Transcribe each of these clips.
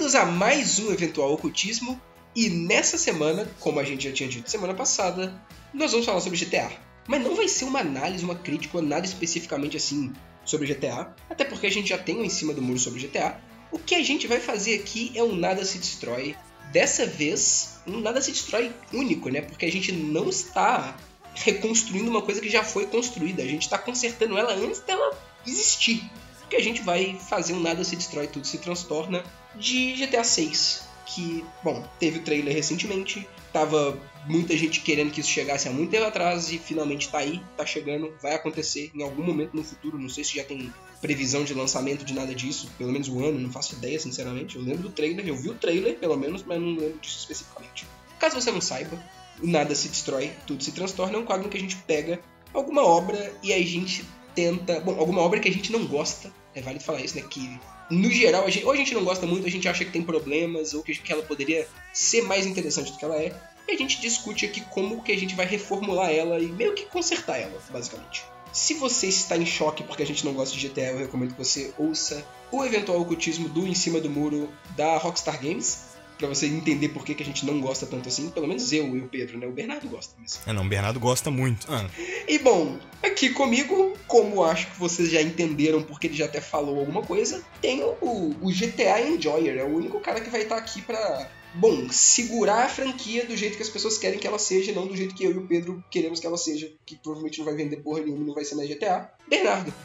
Bem-vindos a mais um eventual ocultismo, e nessa semana, como a gente já tinha dito semana passada, nós vamos falar sobre GTA. Mas não vai ser uma análise, uma crítica, ou nada especificamente assim sobre GTA, até porque a gente já tem um em cima do muro sobre GTA. O que a gente vai fazer aqui é um Nada Se Destrói. Dessa vez, um Nada Se Destrói único, né? Porque a gente não está reconstruindo uma coisa que já foi construída, a gente está consertando ela antes dela existir. Que a gente vai fazer um Nada Se Destrói, Tudo Se Transtorna de GTA 6, que, bom, teve o trailer recentemente, tava muita gente querendo que isso chegasse há muito tempo atrás e finalmente tá aí, tá chegando, vai acontecer em algum momento no futuro, não sei se já tem previsão de lançamento de nada disso, pelo menos um ano, não faço ideia, sinceramente, eu lembro do trailer, eu vi o trailer pelo menos, mas não lembro disso especificamente. Caso você não saiba, o Nada Se Destrói, Tudo Se Transtorna é um quadro em que a gente pega alguma obra e a gente tenta... Bom, alguma obra que a gente não gosta, é válido falar isso, né? Que, no geral, ou a gente não gosta muito, a gente acha que tem problemas, ou que ela poderia ser mais interessante do que ela é. E a gente discute aqui como que a gente vai reformular ela e meio que consertar ela, basicamente. Se você está em choque porque a gente não gosta de GTA, eu recomendo que você ouça o eventual ocultismo do Em Cima do Muro da Rockstar Games, pra você entender por que a gente não gosta tanto assim. Pelo menos eu e o Pedro, né? O Bernardo gosta. Mas... o Bernardo gosta muito. E bom, aqui comigo, como acho que vocês já entenderam porque ele já até falou alguma coisa, tem o GTA Enjoyer. É o único cara que vai estar aqui pra, bom, segurar a franquia do jeito que as pessoas querem que ela seja, não do jeito que eu e o Pedro queremos que ela seja, que provavelmente não vai vender porra nenhuma e não vai ser mais GTA. Bernardo.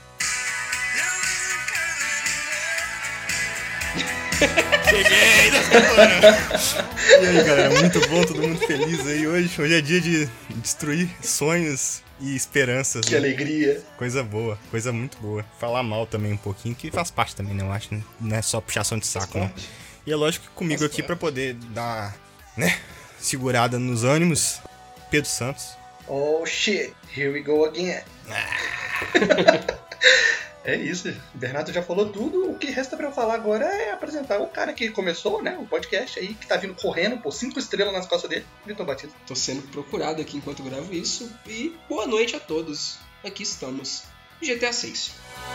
Cheguei da semana! E aí, galera, muito bom, todo mundo feliz aí hoje. Hoje é dia de destruir sonhos e esperanças. Que alegria! Coisa boa, coisa muito boa. Falar mal também um pouquinho, que faz parte também, né? Eu acho, né? Não é só puxação de saco, né? E é lógico que comigo aqui pra poder dar, né, segurada nos ânimos, Pedro Santos. Oh shit, here we go again. É isso, o Bernardo já falou tudo, o que resta pra eu falar agora é apresentar o cara que começou, né, o podcast aí, que tá vindo correndo, pô, 5 estrelas nas costas dele, Vitor Batista. Tô sendo procurado aqui enquanto gravo isso, e boa noite a todos, aqui estamos, GTA 6.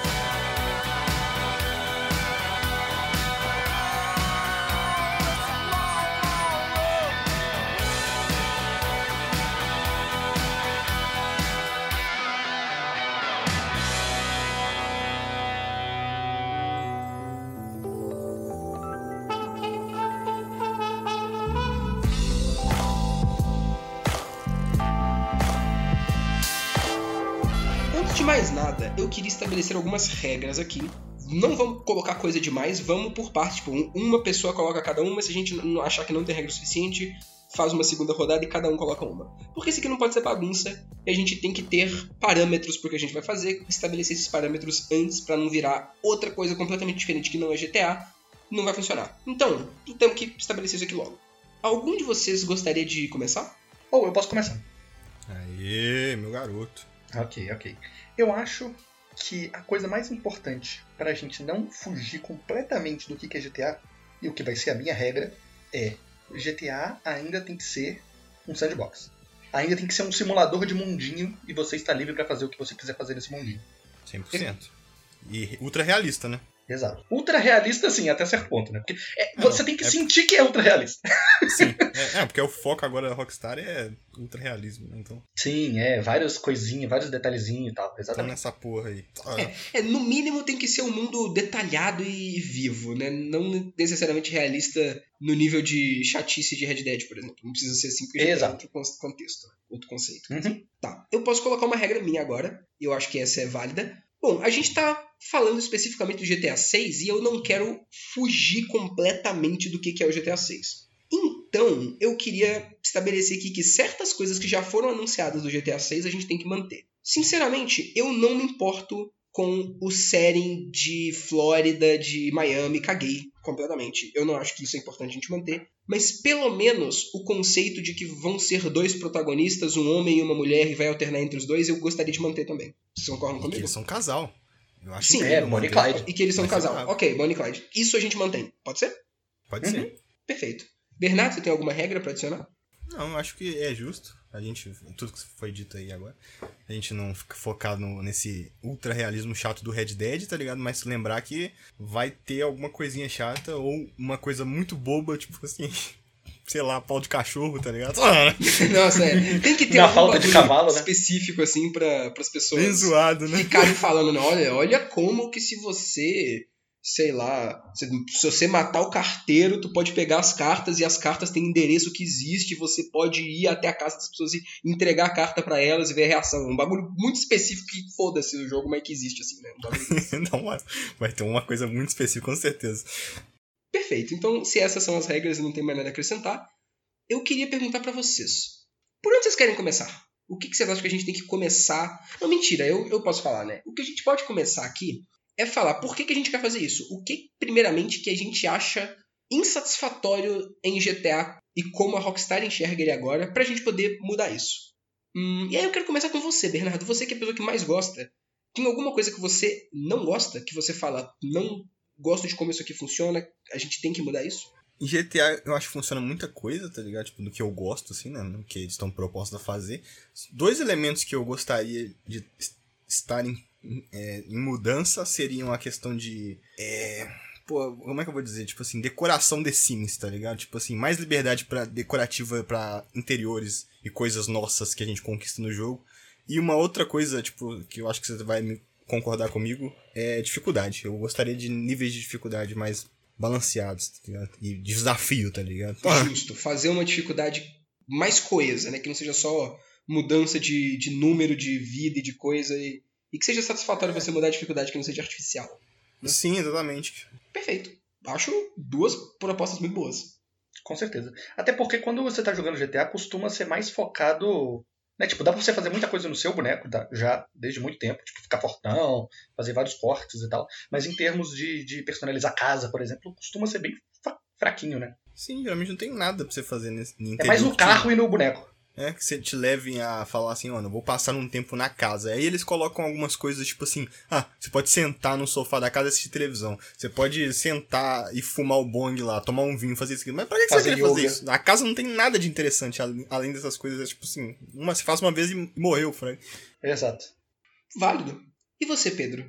Antes de mais nada, eu queria estabelecer algumas regras aqui. Não vamos colocar coisa demais, vamos por parte. Tipo, uma pessoa coloca cada uma, se a gente não achar que não tem regra suficiente, faz uma segunda rodada e cada um coloca uma. Porque isso aqui não pode ser bagunça, e a gente tem que ter parâmetros pro que a gente vai fazer, estabelecer esses parâmetros antes pra não virar outra coisa completamente diferente que não é GTA, não vai funcionar. Então, temos que estabelecer isso aqui logo. Algum de vocês gostaria de começar? Ou eu posso começar. Aê, meu garoto. Ok. Eu acho que a coisa mais importante pra gente não fugir completamente do que é GTA, e o que vai ser a minha regra, é GTA ainda tem que ser um sandbox. Ainda tem que ser um simulador de mundinho e você está livre pra fazer o que você quiser fazer nesse mundinho. 100%. E ultra realista, né? Exato. Ultra realista, sim, até certo ponto, né? Porque você tem que sentir que é ultra realista. Sim, porque o foco agora da Rockstar é ultra realismo, né? Então... Sim, várias coisinhas, vários detalhezinhos e tal, exatamente. Tá nessa porra aí. No mínimo tem que ser um mundo detalhado e vivo, né? Não necessariamente realista no nível de chatice de Red Dead, por exemplo. Não precisa ser assim, porque já tem outro contexto, outro conceito. Uhum. Tá, eu posso colocar uma regra minha agora, e eu acho que essa é válida. Bom, a gente tá falando especificamente do GTA 6 e eu não quero fugir completamente do que é o GTA 6. Então, eu queria estabelecer aqui que certas coisas que já foram anunciadas do GTA 6 a gente tem que manter. Sinceramente, eu não me importo com o setting de Flórida, de Miami, caguei completamente. Eu não acho que isso é importante a gente manter. Mas pelo menos o conceito de que vão ser dois protagonistas, um homem e uma mulher, e vai alternar entre os dois, eu gostaria de manter também. Vocês concordam comigo? Que eles são casal. Eu acho Sim, Bonnie e Clyde. E que eles são casal. Ok, Bonnie e Clyde. Isso a gente mantém. Pode ser? Pode ser. Perfeito. Bernardo, você tem alguma regra pra adicionar? Não, eu acho que é justo. Tudo que foi dito aí agora, a gente não fica focado nesse ultra realismo chato do Red Dead, tá ligado? Mas lembrar que vai ter alguma coisinha chata ou uma coisa muito boba, tipo assim, sei lá, pau de cachorro, tá ligado? Nossa, tem que ter Na falta de cavalo, né? específico, assim, pras pessoas Bem zoado, né? ficarem falando, né? Olha como que se você, sei lá, se você matar o carteiro, tu pode pegar as cartas e as cartas têm endereço que existe, você pode ir até a casa das pessoas e entregar a carta pra elas e ver a reação. Um bagulho muito específico que foda-se o jogo, mas que existe, assim, né? Não, vai ter uma coisa muito específica, com certeza. Perfeito. Então, se essas são as regras e não tem mais nada a acrescentar, eu queria perguntar pra vocês. Por onde vocês querem começar? O que vocês acham que a gente tem que começar? Não, mentira, eu posso falar, né? O que a gente pode começar aqui é falar por que a gente quer fazer isso. O que, primeiramente, que a gente acha insatisfatório em GTA e como a Rockstar enxerga ele agora, pra gente poder mudar isso. E aí eu quero começar com você, Bernardo. Você que é a pessoa que mais gosta. Tem alguma coisa que você não gosta? Que você fala, não gosto de como isso aqui funciona, a gente tem que mudar isso? Em GTA eu acho que funciona muita coisa, tá ligado? Tipo, do que eu gosto, assim, né? No que eles estão propostos a fazer. 2 elementos que eu gostaria de estarem em mudança seriam a questão de... como é que eu vou dizer? Tipo assim, decoração The Sims, tá ligado? Tipo assim, mais liberdade decorativa pra interiores e coisas nossas que a gente conquista no jogo. E uma outra coisa, tipo, que eu acho que você vai concordar comigo, é dificuldade. Eu gostaria de níveis de dificuldade mais balanceados, tá ligado? E desafio, tá ligado? Justo. Fazer uma dificuldade mais coesa, né? Que não seja só mudança de número de vida e de coisa e que seja satisfatório você mudar a dificuldade, que não seja artificial. Né? Sim, exatamente. Perfeito. Acho 2 propostas muito boas. Com certeza. Até porque quando você tá jogando GTA, costuma ser mais focado... Né? Tipo, dá pra você fazer muita coisa no seu boneco, tá? Já desde muito tempo. Tipo, ficar fortão, fazer vários cortes e tal. Mas em termos de personalizar a casa, por exemplo, costuma ser bem fraquinho, né? Sim, geralmente não tem nada pra você fazer nesse interior. É mais no carro e no boneco. Que você te levem a falar assim, eu vou passar um tempo na casa. Aí eles colocam algumas coisas, tipo assim, você pode sentar no sofá da casa e assistir televisão. Você pode sentar e fumar o bong lá, tomar um vinho, fazer isso aqui. Mas pra que você quer fazer isso? A casa não tem nada de interessante, além dessas coisas, é tipo assim, você faz uma vez e morreu, Frank. Exato. Válido. E você, Pedro?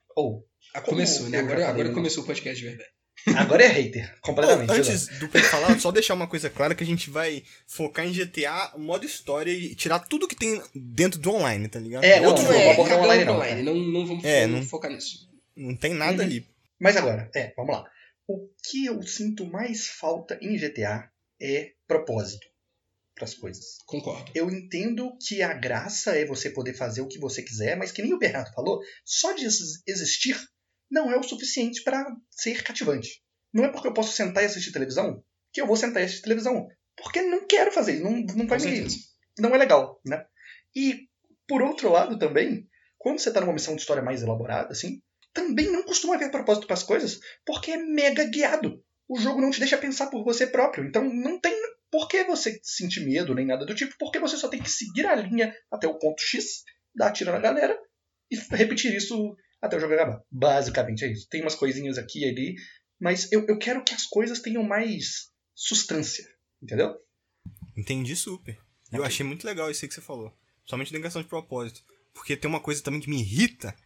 Começou, né? Agora começou o podcast de verdade. Agora é hater, completamente. Antes do Pedro falar, só deixar uma coisa clara, que a gente vai focar em GTA, modo história e tirar tudo que tem dentro do online, tá ligado? Online. Não vamos focar nisso. Não tem nada ali. Mas agora, vamos lá. O que eu sinto mais falta em GTA é propósito pras coisas. Concordo. Eu entendo que a graça é você poder fazer o que você quiser, mas que nem o Bernardo falou, só de existir não é o suficiente para ser cativante. Não é porque eu posso sentar e assistir televisão que eu vou sentar e assistir televisão. Porque não quero fazer isso. Não vai me... Não é legal, né? E, por outro lado também, quando você tá numa missão de história mais elaborada, assim, também não costuma haver propósito para as coisas, porque é mega guiado. O jogo não te deixa pensar por você próprio. Então não tem por que você sentir medo nem nada do tipo, porque você só tem que seguir a linha até o ponto X, dar tiro na galera e repetir isso até o jogo acabar. Basicamente é isso. Tem umas coisinhas aqui e ali, mas eu quero que as coisas tenham mais substância, entendeu? Entendi super. Eu achei muito legal isso aí que você falou. Somente na questão de propósito. Porque tem uma coisa também que me irrita.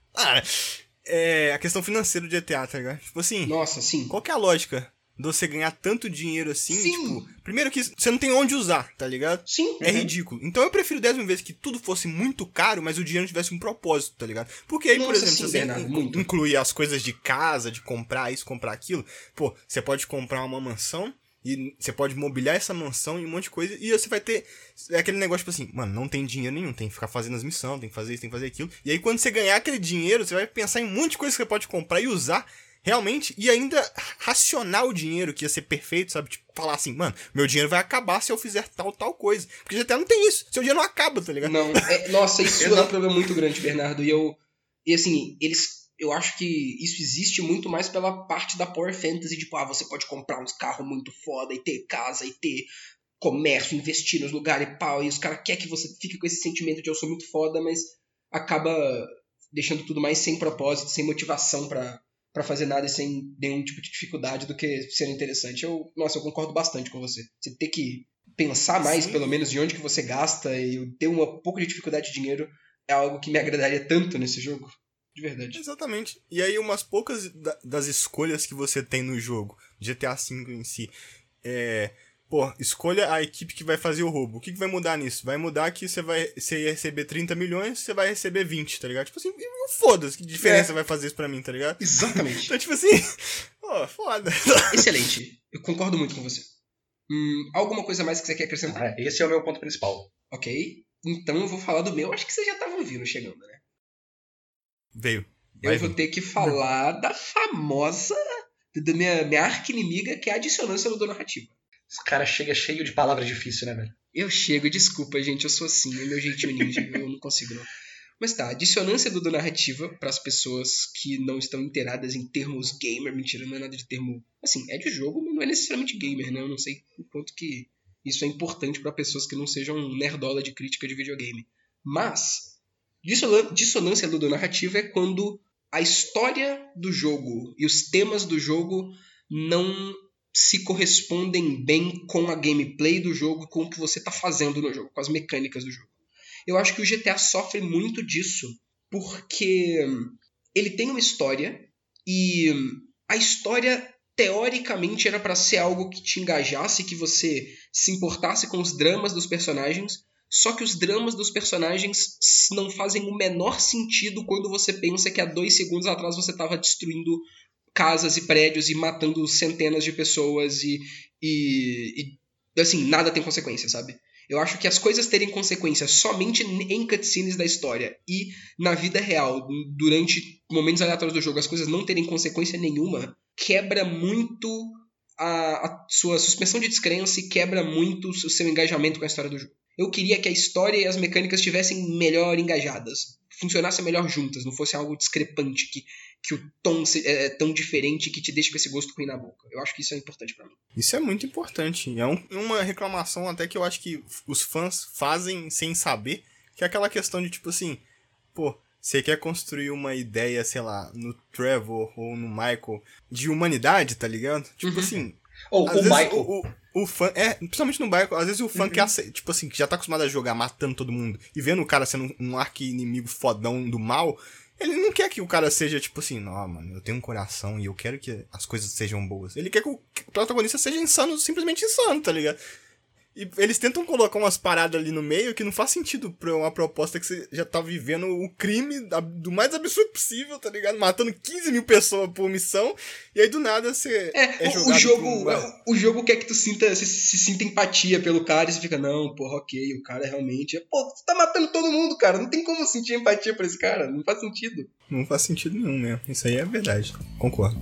É a questão financeira do GTA, tá ligado? Tipo assim... Nossa, sim. Qual que é a lógica de você ganhar tanto dinheiro assim? Sim. Tipo, primeiro que você não tem onde usar, tá ligado? Sim. É ridículo. Então eu prefiro 10 mil vezes que tudo fosse muito caro, mas o dinheiro tivesse um propósito, tá ligado? Porque aí, por exemplo, se você incluir as coisas de casa, de comprar isso, comprar aquilo, pô, você pode comprar uma mansão e você pode mobiliar essa mansão e um monte de coisa, e você vai ter aquele negócio, tipo assim, mano, não tem dinheiro nenhum, tem que ficar fazendo as missões, tem que fazer isso, tem que fazer aquilo. E aí quando você ganhar aquele dinheiro, você vai pensar em um monte de coisa que você pode comprar e usar realmente, e ainda racionar o dinheiro, que ia ser perfeito, sabe? Tipo, falar assim, mano, meu dinheiro vai acabar se eu fizer tal coisa. Porque GTA não tem isso. Seu dinheiro não acaba, tá ligado? Não, nossa, isso é um problema muito grande, Bernardo. E assim, eu acho que isso existe muito mais pela parte da Power Fantasy, tipo, você pode comprar uns carros muito foda e ter casa e ter comércio, investir nos lugares e pau, e os caras querem que você fique com esse sentimento de eu sou muito foda, mas acaba deixando tudo mais sem propósito, sem motivação pra fazer nada e sem nenhum tipo de dificuldade do que ser interessante. Eu concordo bastante com você. Você tem que pensar mais, Sim. pelo menos, de onde que você gasta e ter um pouco de dificuldade de dinheiro é algo que me agradaria tanto nesse jogo. De verdade. Exatamente. E aí umas poucas das escolhas que você tem no jogo, GTA V em si, escolha a equipe que vai fazer o roubo. O que vai mudar nisso? Vai mudar que você ia receber 30 milhões, você vai receber 20, tá ligado? Tipo assim, foda-se, que diferença vai fazer isso pra mim, tá ligado? Exatamente. Então, tipo assim, foda. Excelente. Eu concordo muito com você. Alguma coisa mais que você quer acrescentar? Esse é o meu ponto principal. Ok. Então eu vou falar do meu. Acho que vocês já estavam vindo chegando, né? Veio. Eu vou ter que falar da famosa, da minha arqui-inimiga, que é a dissonância ludonarrativa. Esse cara chega cheio de palavras difíceis, né, velho? Eu chego, desculpa, gente, eu sou assim, é meu jeitinho ninja, eu não consigo não. Mas tá, a dissonância ludonarrativa, para as pessoas que não estão inteiradas em termos gamer, mentira, não é nada de termo, assim, é de jogo, mas não é necessariamente gamer, né? Eu não sei o quanto que isso é importante para pessoas que não sejam nerdola de crítica de videogame. Mas, dissonância ludonarrativa é quando a história do jogo e os temas do jogo não se correspondem bem com a gameplay do jogo, com o que você está fazendo no jogo, com as mecânicas do jogo. Eu acho que o GTA sofre muito disso, porque ele tem uma história, e a história, teoricamente, era para ser algo que te engajasse, que você se importasse com os dramas dos personagens, só que os dramas dos personagens não fazem o menor sentido quando você pensa que há 2 segundos atrás você estava destruindo casas e prédios e matando centenas de pessoas e assim, nada tem consequência, sabe? Eu acho que as coisas terem consequência somente em cutscenes da história e na vida real, durante momentos aleatórios do jogo, as coisas não terem consequência nenhuma, quebra muito a sua suspensão de descrença e quebra muito o seu engajamento com a história do jogo. Eu queria que a história e as mecânicas estivessem melhor engajadas, funcionassem melhor juntas, não fosse algo discrepante, que o tom é tão diferente que te deixa com esse gosto ruim na boca. Eu acho que isso é importante pra mim. Isso é muito importante. É uma reclamação até que eu acho que os fãs fazem sem saber, que é aquela questão de tipo assim, você quer construir uma ideia, sei lá, no Trevor ou no Michael, de humanidade, tá ligado? Tipo assim... Ou o Michael... O fã, principalmente no Michael, às vezes o fã quer, tipo assim, que já tá acostumado a jogar matando todo mundo, e vendo o cara sendo um arqui-inimigo fodão do mal, ele não quer que o cara seja, tipo assim, não, mano, eu tenho um coração e eu quero que as coisas sejam boas. Ele quer que o protagonista seja insano, simplesmente insano, tá ligado? E eles tentam colocar umas paradas ali no meio que não faz sentido pra uma proposta que você já tá vivendo o crime do mais absurdo possível, tá ligado? Matando 15 mil pessoas por missão, e aí do nada você o jogo quer que tu se sinta empatia pelo cara e você fica, não, porra, ok, o cara realmente... você tá matando todo mundo, cara, não tem como sentir empatia por esse cara, não faz sentido. Não faz sentido nenhum mesmo, isso aí é verdade, concordo.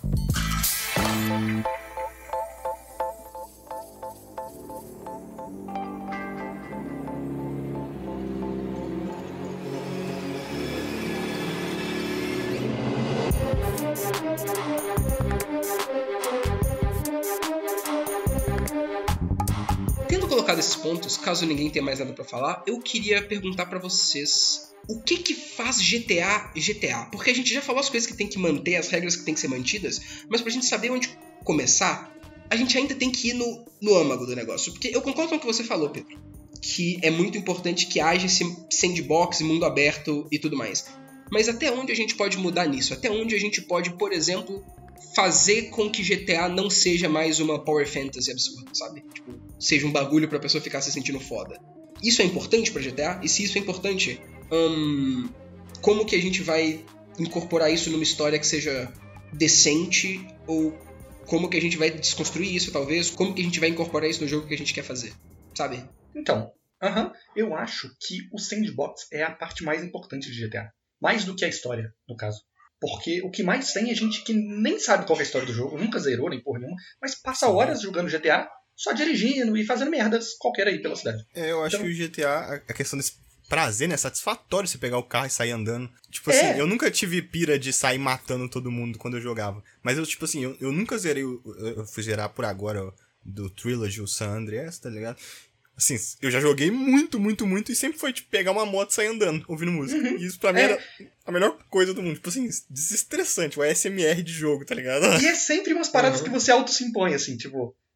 Tendo colocado esses pontos, caso ninguém tenha mais nada pra falar, eu queria perguntar pra vocês o que faz GTA? Porque a gente já falou as coisas que tem que manter, as regras que tem que ser mantidas, mas pra gente saber onde começar, a gente ainda tem que ir no âmago do negócio. Porque eu concordo com o que você falou, Pedro, que é muito importante que haja esse sandbox, mundo aberto e tudo mais. Mas até onde a gente pode mudar nisso? Até onde a gente pode, por exemplo, fazer com que GTA não seja mais uma power fantasy absurda, sabe? Tipo, seja um bagulho pra pessoa ficar se sentindo foda. Isso é importante pra GTA? E se isso é importante, como que a gente vai incorporar isso numa história que seja decente? Ou como que a gente vai desconstruir isso, talvez? Como que a gente vai incorporar isso no jogo que a gente quer fazer? Sabe? Então, eu acho que o sandbox é a parte mais importante de GTA. Mais do que a história, no caso. Porque o que mais tem é gente que nem sabe qual é a história do jogo, nunca zerou nem porra nenhuma, mas passa horas jogando GTA, só dirigindo e fazendo merdas qualquer aí pela cidade. Eu acho que o GTA, a questão desse prazer, né, satisfatório você pegar o carro e sair andando. Tipo assim, eu nunca tive pira de sair matando todo mundo quando eu jogava. Mas eu, tipo assim, eu nunca zerei, eu fui zerar por agora do Trilogy, o San Andreas, tá ligado? Assim, eu já joguei muito, muito, muito e sempre foi, tipo, pegar uma moto e sair andando, ouvindo música. E isso pra mim era a melhor coisa do mundo. Tipo assim, desestressante, o ASMR de jogo, tá ligado? E é sempre umas paradas que você auto-se impõe, assim, tipo...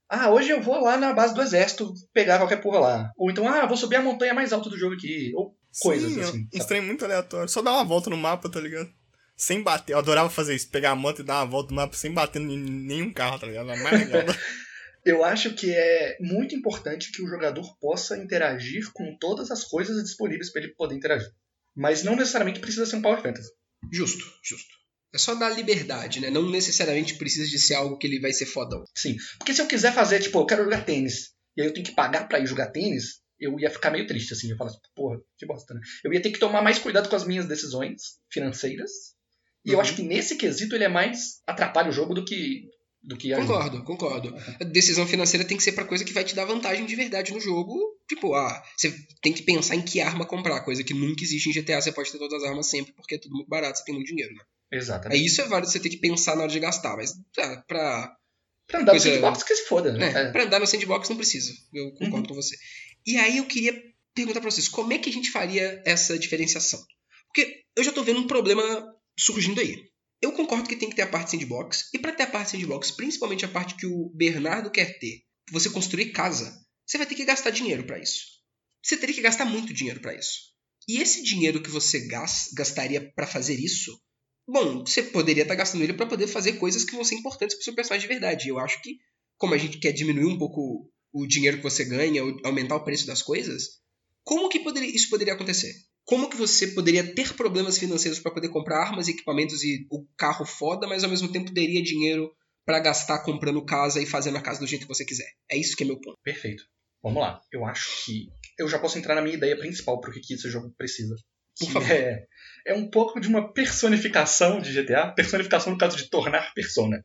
hoje eu vou lá na base do exército pegar qualquer porra lá. Ou então, vou subir a montanha mais alta do jogo aqui. Ou coisas Sim, assim. Um trem muito aleatório. Só dar uma volta no mapa, tá ligado? Sem bater. Eu adorava fazer isso. Pegar a moto e dar uma volta no mapa sem bater em nenhum carro, tá ligado? É mais legal. Eu acho que é muito importante que o jogador possa interagir com todas as coisas disponíveis para ele poder interagir. Mas não necessariamente precisa ser um Power Fantasy. Justo. É só dar liberdade, né? Não necessariamente precisa de ser algo que ele vai ser fodão. Sim. Porque se eu quiser fazer, tipo, eu quero jogar tênis, e aí eu tenho que pagar pra ir jogar tênis, eu ia ficar meio triste, assim. Eu falo assim, porra, que bosta, né? Eu ia ter que tomar mais cuidado com as minhas decisões financeiras. E eu acho que nesse quesito ele é mais atrapalha o jogo do que ajuda. Concordo. A decisão financeira tem que ser pra coisa que vai te dar vantagem de verdade no jogo. Tipo, você tem que pensar em que arma comprar, coisa que nunca existe em GTA. Você pode ter todas as armas sempre, porque é tudo muito barato, você tem muito dinheiro, né? Exatamente. Isso é válido você ter que pensar na hora de gastar, mas pra andar no sandbox que se foda, né? Pra andar no sandbox não precisa. Eu concordo com você. E aí eu queria perguntar pra vocês, como é que a gente faria essa diferenciação? Porque eu já tô vendo um problema surgindo aí. Eu concordo que tem que ter a parte sandbox, e pra ter a parte sandbox, principalmente a parte que o Bernardo quer ter, você construir casa, você vai ter que gastar dinheiro pra isso. Você teria que gastar muito dinheiro pra isso. E esse dinheiro que você gastaria pra fazer isso, bom, você poderia estar gastando ele para poder fazer coisas que vão ser importantes para o seu personagem de verdade. Eu acho que, como a gente quer diminuir um pouco o dinheiro que você ganha, aumentar o preço das coisas, como que isso poderia acontecer? Como que você poderia ter problemas financeiros para poder comprar armas, equipamentos e o carro foda, mas ao mesmo tempo teria dinheiro para gastar comprando casa e fazendo a casa do jeito que você quiser? É isso que é meu ponto. Perfeito. Vamos lá. Eu acho que eu já posso entrar na minha ideia principal para o que esse jogo precisa. Por favor. É um pouco de uma personificação de GTA. Personificação no caso de tornar persona.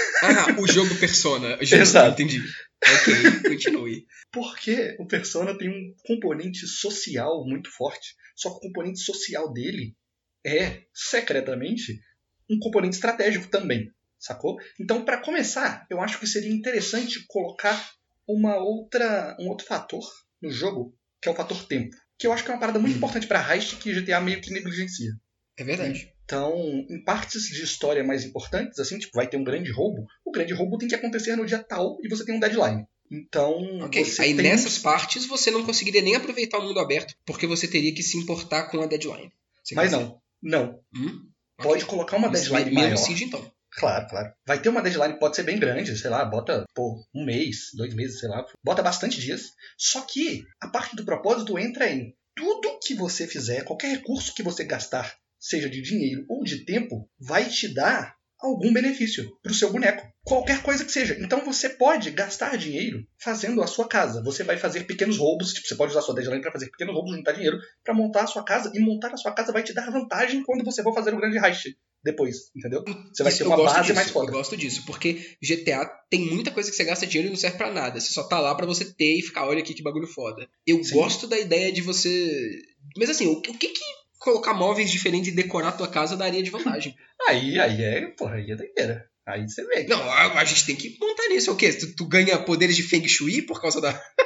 O jogo Persona. Exato. Entendi. Ok, continue. Porque o Persona tem um componente social muito forte. Só que o componente social dele é, secretamente, um componente estratégico também. Sacou? Então, para começar, eu acho que seria interessante colocar um outro fator no jogo, que é o fator tempo. Que eu acho que é uma parada muito importante pra heist que GTA meio que negligencia. É verdade. Então, em partes de história mais importantes, assim, tipo, vai ter um grande roubo, o grande roubo tem que acontecer no dia tal e você tem um deadline. Então, aí nessas partes você não conseguiria nem aproveitar o mundo aberto, porque você teria que se importar com a deadline. Mas não. Pode colocar uma deadline maior. Seed, então. Claro. Vai ter uma deadline que pode ser bem grande, sei lá, bota 1 mês, 2 meses, sei lá, bota bastante dias. Só que a parte do propósito entra em tudo que você fizer, qualquer recurso que você gastar, seja de dinheiro ou de tempo, vai te dar algum benefício pro seu boneco. Qualquer coisa que seja. Então você pode gastar dinheiro fazendo a sua casa. Você vai fazer pequenos roubos, tipo, você pode usar a sua deadline para fazer pequenos roubos, juntar dinheiro para montar a sua casa, e montar a sua casa vai te dar vantagem quando você for fazer o grande heist depois, entendeu? Você vai ter uma base mais foda. Eu gosto disso, porque GTA tem muita coisa que você gasta dinheiro e não serve pra nada. Você só tá lá pra você ter e ficar, olha aqui que bagulho foda. Eu gosto da ideia de você... Mas assim, o que colocar móveis diferentes e decorar a tua casa daria de vantagem? Aí é doideira. Aí você vê. Não, a gente tem que montar nisso. É o quê? Tu ganha poderes de Feng Shui por causa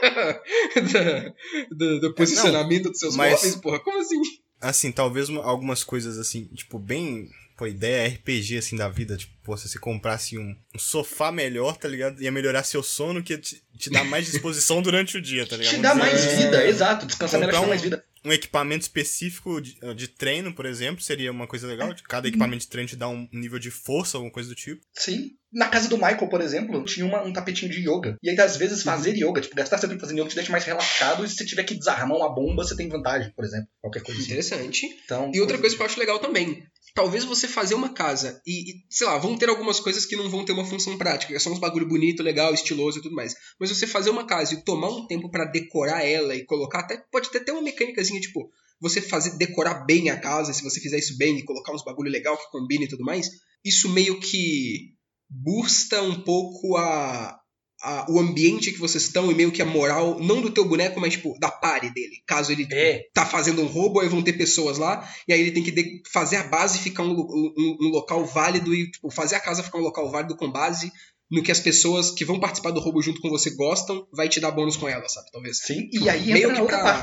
do posicionamento dos seus móveis, porra? Como assim? Assim, talvez algumas coisas assim, tipo, bem... Pô, ideia RPG, assim, da vida. Tipo, se você comprasse um sofá melhor, tá ligado? Ia melhorar seu sono, que ia te dar mais disposição durante o dia, tá ligado? Te dá mais vida, exato. Descansar melhor, te dá mais vida. Um equipamento específico de treino, por exemplo, seria uma coisa legal. Cada equipamento de treino te dá um nível de força, alguma coisa do tipo. Sim. Na casa do Michael, por exemplo, tinha um tapetinho de yoga. E aí, às vezes, fazer yoga, tipo, gastar seu tempo fazendo yoga te deixa mais relaxado. E se você tiver que desarmar uma bomba, você tem vantagem, por exemplo. Qualquer coisa assim. Interessante. Então, e outra coisa que eu acho legal também. Talvez você fazer uma casa e, sei lá, vão ter algumas coisas que não vão ter uma função prática. É só uns bagulho bonito, legal, estiloso e tudo mais. Mas você fazer uma casa e tomar um tempo pra decorar ela e colocar pode ter até uma mecânicazinha, tipo... Você decorar bem a casa, se você fizer isso bem e colocar uns bagulho legal que combine e tudo mais, isso meio que bursta um pouco o ambiente que vocês estão e meio que a moral, não do teu boneco, mas tipo, da party dele. Caso ele tá fazendo um roubo, aí vão ter pessoas lá, e aí ele tem que fazer a base ficar um local válido e tipo, fazer a casa ficar um local válido com base no que as pessoas que vão participar do roubo junto com você gostam, vai te dar bônus com ela, sabe? Talvez. Sim, e aí entra na outra parte.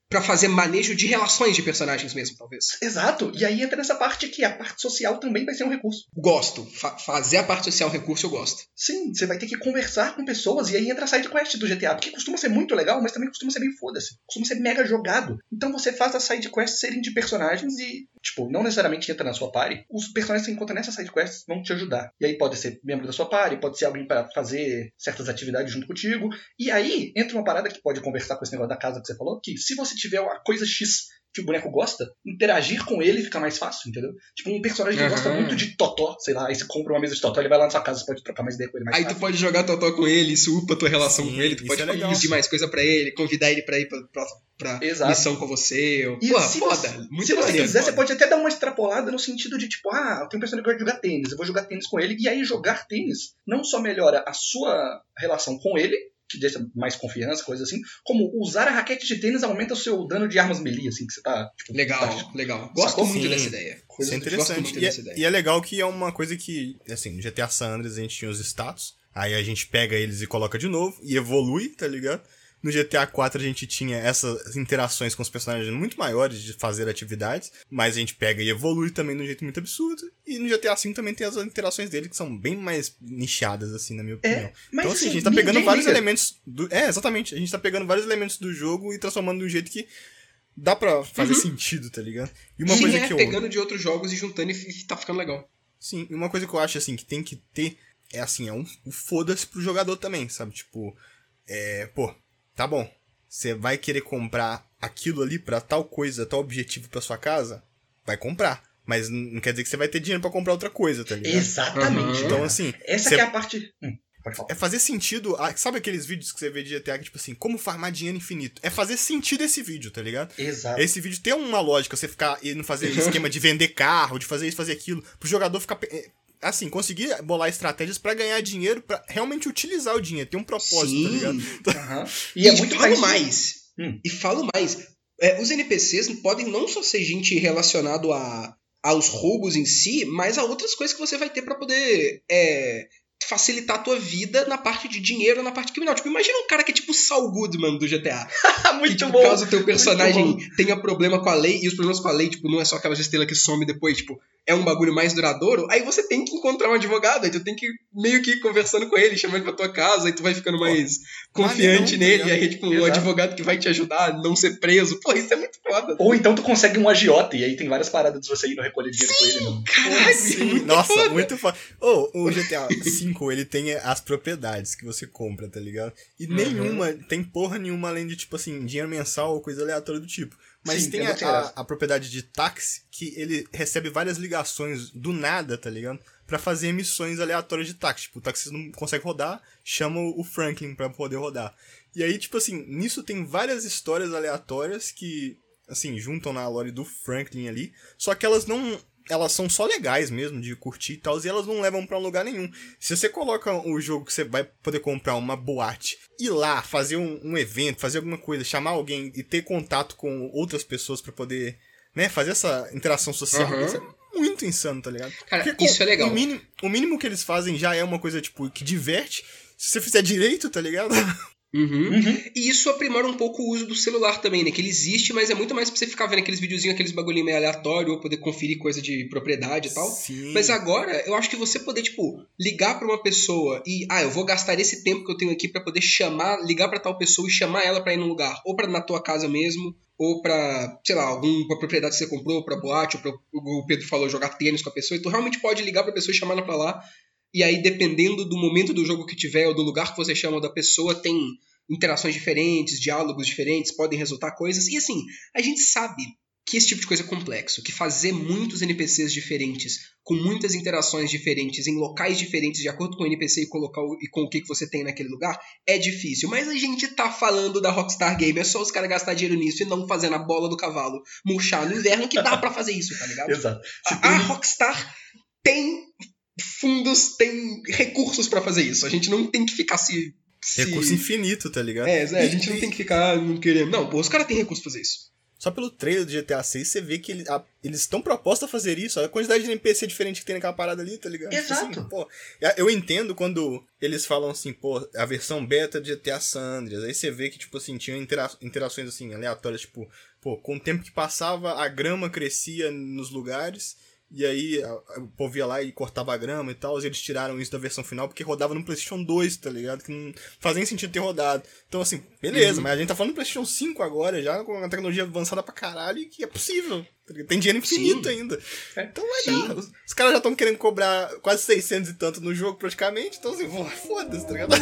pra fazer manejo de relações de personagens mesmo, talvez. Exato. E aí entra nessa parte que a parte social também vai ser um recurso. Gosto. Fazer a parte social um recurso, eu gosto. Sim, você vai ter que conversar com pessoas e aí entra a side quest do GTA, porque costuma ser muito legal, mas também costuma ser bem foda-se. Costuma ser mega jogado. Então você faz as side quests serem de personagens e, tipo, não necessariamente entra na sua party. Os personagens que você encontra nessas side quests vão te ajudar. E aí pode ser membro da sua party, pode ser alguém para fazer certas atividades junto contigo. E aí entra uma parada que pode conversar com esse negócio da casa que você falou, que se você tiver uma coisa X que o boneco gosta, interagir com ele fica mais fácil, entendeu? Tipo, um personagem que gosta muito de Totó, sei lá, aí você compra uma mesa de Totó, ele vai lá na sua casa, você pode trocar mais ideia com ele mais aí fácil. Tu pode jogar Totó com ele, isso upa a tua relação com ele, tu pode pedir mais coisa pra ele, convidar ele pra ir pra missão com você. Porra, foda. Muito se você maneiro, quiser, foda. você pode até dar uma extrapolada no sentido de, tipo, eu tenho um personagem que gosta de jogar tênis, eu vou jogar tênis com ele, e aí jogar tênis não só melhora a sua relação com ele, que deixa mais confiança, coisa assim, como usar a raquete de tênis aumenta o seu dano de armas melee, assim, que você tá... Tipo, legal. Gosto muito dessa ideia. Isso é interessante. E é legal que é uma coisa que, assim, no GTA San Andreas a gente tinha os status, aí a gente pega eles e coloca de novo, e evolui, tá ligado? No GTA 4 a gente tinha essas interações com os personagens muito maiores de fazer atividades, mas a gente pega e evolui também de um jeito muito absurdo. E no GTA V também tem as interações dele que são bem mais nichadas, assim, na minha opinião. Mas então, assim, a gente tá pegando vários elementos do... exatamente. A gente tá pegando vários elementos do jogo e transformando de um jeito que dá pra fazer sentido, tá ligado? E uma coisa que pegando de outros jogos e juntando e tá ficando legal. Sim, e uma coisa que eu acho, assim, que tem que ter é, assim, um foda-se pro jogador também, sabe? Tipo, tá bom, você vai querer comprar aquilo ali pra tal coisa, tal objetivo pra sua casa? Vai comprar. Mas não quer dizer que você vai ter dinheiro pra comprar outra coisa, tá ligado? Exatamente. Então, assim... Essa que é a parte... Pode falar. É fazer sentido... Sabe aqueles vídeos que você vê de GTA que, tipo assim, como farmar dinheiro infinito? É fazer sentido esse vídeo, tá ligado? Exato. Esse vídeo tem uma lógica, você ficar e não fazer esquema de vender carro, de fazer isso, fazer aquilo, pro jogador ficar... Assim, conseguir bolar estratégias pra ganhar dinheiro, pra realmente utilizar o dinheiro, ter um propósito, tá ligado? E é muito mais. E falo mais. Os NPCs podem não só ser gente relacionado aos roubos em si, mas a outras coisas que você vai ter pra poder facilitar a tua vida na parte de dinheiro, na parte criminal. Tipo, imagina um cara que é tipo o Saul Goodman do GTA. Muito que, tipo, bom. Caso o teu personagem tenha problema com a lei, e os problemas com a lei, tipo, não é só aquelas estrelas que some depois, tipo, é um bagulho mais duradouro, aí você tem que encontrar um advogado, aí tu tem que meio que ir conversando com ele, chamando ele pra tua casa, aí tu vai ficando mais confiante nele, aí tipo, um advogado que vai te ajudar a não ser preso. Pô, isso é muito foda. Ou então tu consegue um agiota, e aí tem várias paradas de você ir no recolher dinheiro com ele. Não? Caralho, nossa, foda. muito foda. O GTA V, ele tem as propriedades que você compra, tá ligado? E nenhuma, tem porra nenhuma além de, tipo assim, dinheiro mensal ou coisa aleatória do tipo. Mas Sim, tem a propriedade de táxi, que ele recebe várias ligações do nada, tá ligado? Pra fazer missões aleatórias de táxi. Tipo, o taxista não consegue rodar, chama o Franklin pra poder rodar. E aí, tipo assim, nisso tem várias histórias aleatórias que, assim, juntam na lore do Franklin ali. Só que elas são só legais mesmo, de curtir e tal, e elas não levam pra lugar nenhum. Se você coloca o jogo que você vai poder comprar uma boate, ir lá, fazer um evento, fazer alguma coisa, chamar alguém e ter contato com outras pessoas pra poder, né, fazer essa interação social, isso é muito insano, tá ligado? Cara, porque isso é legal. O mínimo que eles fazem já é uma coisa, tipo, que diverte. Se você fizer direito, tá ligado? E isso aprimora um pouco o uso do celular também, né? Que ele existe, mas é muito mais pra você ficar vendo aqueles videozinhos, aqueles bagulhinhos meio aleatório, ou poder conferir coisa de propriedade e tal. Sim. Mas agora, eu acho que você poder, tipo, ligar pra uma pessoa e, eu vou gastar esse tempo que eu tenho aqui pra poder ligar pra tal pessoa e chamar ela pra ir num lugar, ou pra na tua casa mesmo, ou pra, sei lá, alguma propriedade que você comprou, pra boate, ou pra, o Pedro falou, jogar tênis com a pessoa, e tu realmente pode ligar pra pessoa e chamar ela pra lá. E aí, dependendo do momento do jogo que tiver, ou do lugar que você chama da pessoa, tem interações diferentes, diálogos diferentes, podem resultar coisas. E assim, a gente sabe que esse tipo de coisa é complexo, que fazer muitos NPCs diferentes, com muitas interações diferentes, em locais diferentes, de acordo com o NPC e com o que você tem naquele lugar, é difícil. Mas a gente tá falando da Rockstar Game, é só os caras gastar dinheiro nisso e não fazer na bola do cavalo, murchar no inverno, que dá pra fazer isso, tá ligado? Exato. A Rockstar tem fundos, tem recursos pra fazer isso. A gente não tem que ficar Recurso infinito, tá ligado? A gente não tem que ficar não querendo. Não, pô, os caras têm recurso pra fazer isso. Só pelo trailer do GTA 6 você vê que eles estão propostos a fazer isso. Olha a quantidade de NPC diferente que tem naquela parada ali, tá ligado? Exato. Tipo assim, pô, eu entendo quando eles falam assim, pô, a versão beta de GTA San Andreas. Aí você vê que, tipo assim, tinha interações assim, aleatórias, tipo, pô, com o tempo que passava, a grama crescia nos lugares. E aí o povo ia lá e cortava a grama e tal, e eles tiraram isso da versão final porque rodava no PlayStation 2, tá ligado? Que não fazia sentido ter rodado. Então assim, beleza, mas a gente tá falando do PlayStation 5 agora, já com uma tecnologia avançada pra caralho, e que é possível. Tem dinheiro infinito ainda. Então vai dar. Os caras já estão querendo cobrar quase 600 e tanto no jogo praticamente, então assim, foda-se, tá ligado?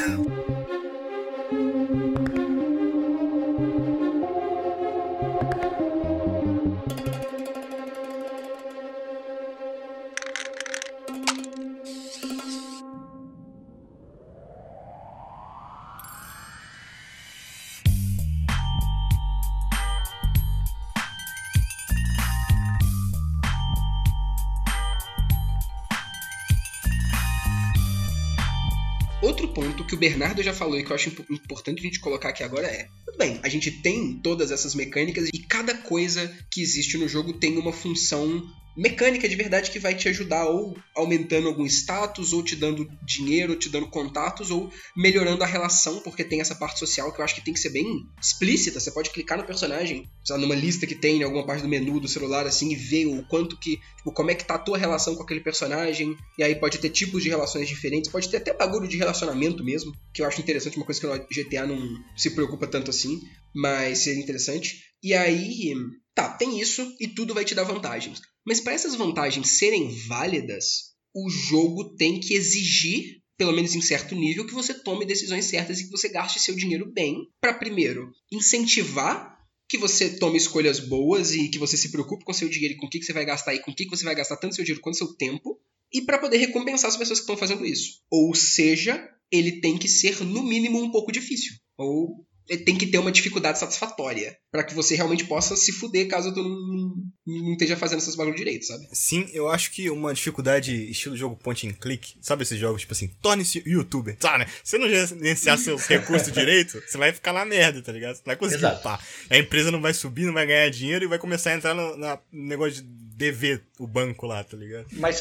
Outro ponto que o Bernardo já falou e que eu acho importante a gente colocar aqui agora é... Tudo bem, a gente tem todas essas mecânicas e cada coisa que existe no jogo tem uma função mecânica de verdade que vai te ajudar ou aumentando algum status, ou te dando dinheiro, ou te dando contatos, ou melhorando a relação, porque tem essa parte social que eu acho que tem que ser bem explícita. Você pode clicar no personagem, sabe, numa lista que tem em alguma parte do menu do celular, assim, e ver o quanto que, tipo, como é que tá a tua relação com aquele personagem, e aí pode ter tipos de relações diferentes, pode ter até bagulho de relacionamento mesmo, que eu acho interessante, uma coisa que o GTA não se preocupa tanto assim, mas seria interessante. E aí, tá, tem isso e tudo vai te dar vantagens. Mas para essas vantagens serem válidas, o jogo tem que exigir, pelo menos em certo nível, que você tome decisões certas e que você gaste seu dinheiro bem para, primeiro, incentivar que você tome escolhas boas e que você se preocupe com seu dinheiro e com o que você vai gastar e com o que você vai gastar tanto seu dinheiro quanto seu tempo, e para poder recompensar as pessoas que estão fazendo isso. Ou seja, ele tem que ser, no mínimo, um pouco difícil. Ou tem que ter uma dificuldade satisfatória para que você realmente possa se fuder caso tu não esteja fazendo essas bagulho direito, sabe? Sim, eu acho que uma dificuldade estilo jogo point and click, sabe esses jogos tipo assim, torne-se youtuber, tá, né? Se você não gerenciar seus recursos direito, você vai ficar na merda, tá ligado? Você não vai conseguir upar. A empresa não vai subir, não vai ganhar dinheiro e vai começar a entrar no negócio de dever o banco lá, tá ligado? Mas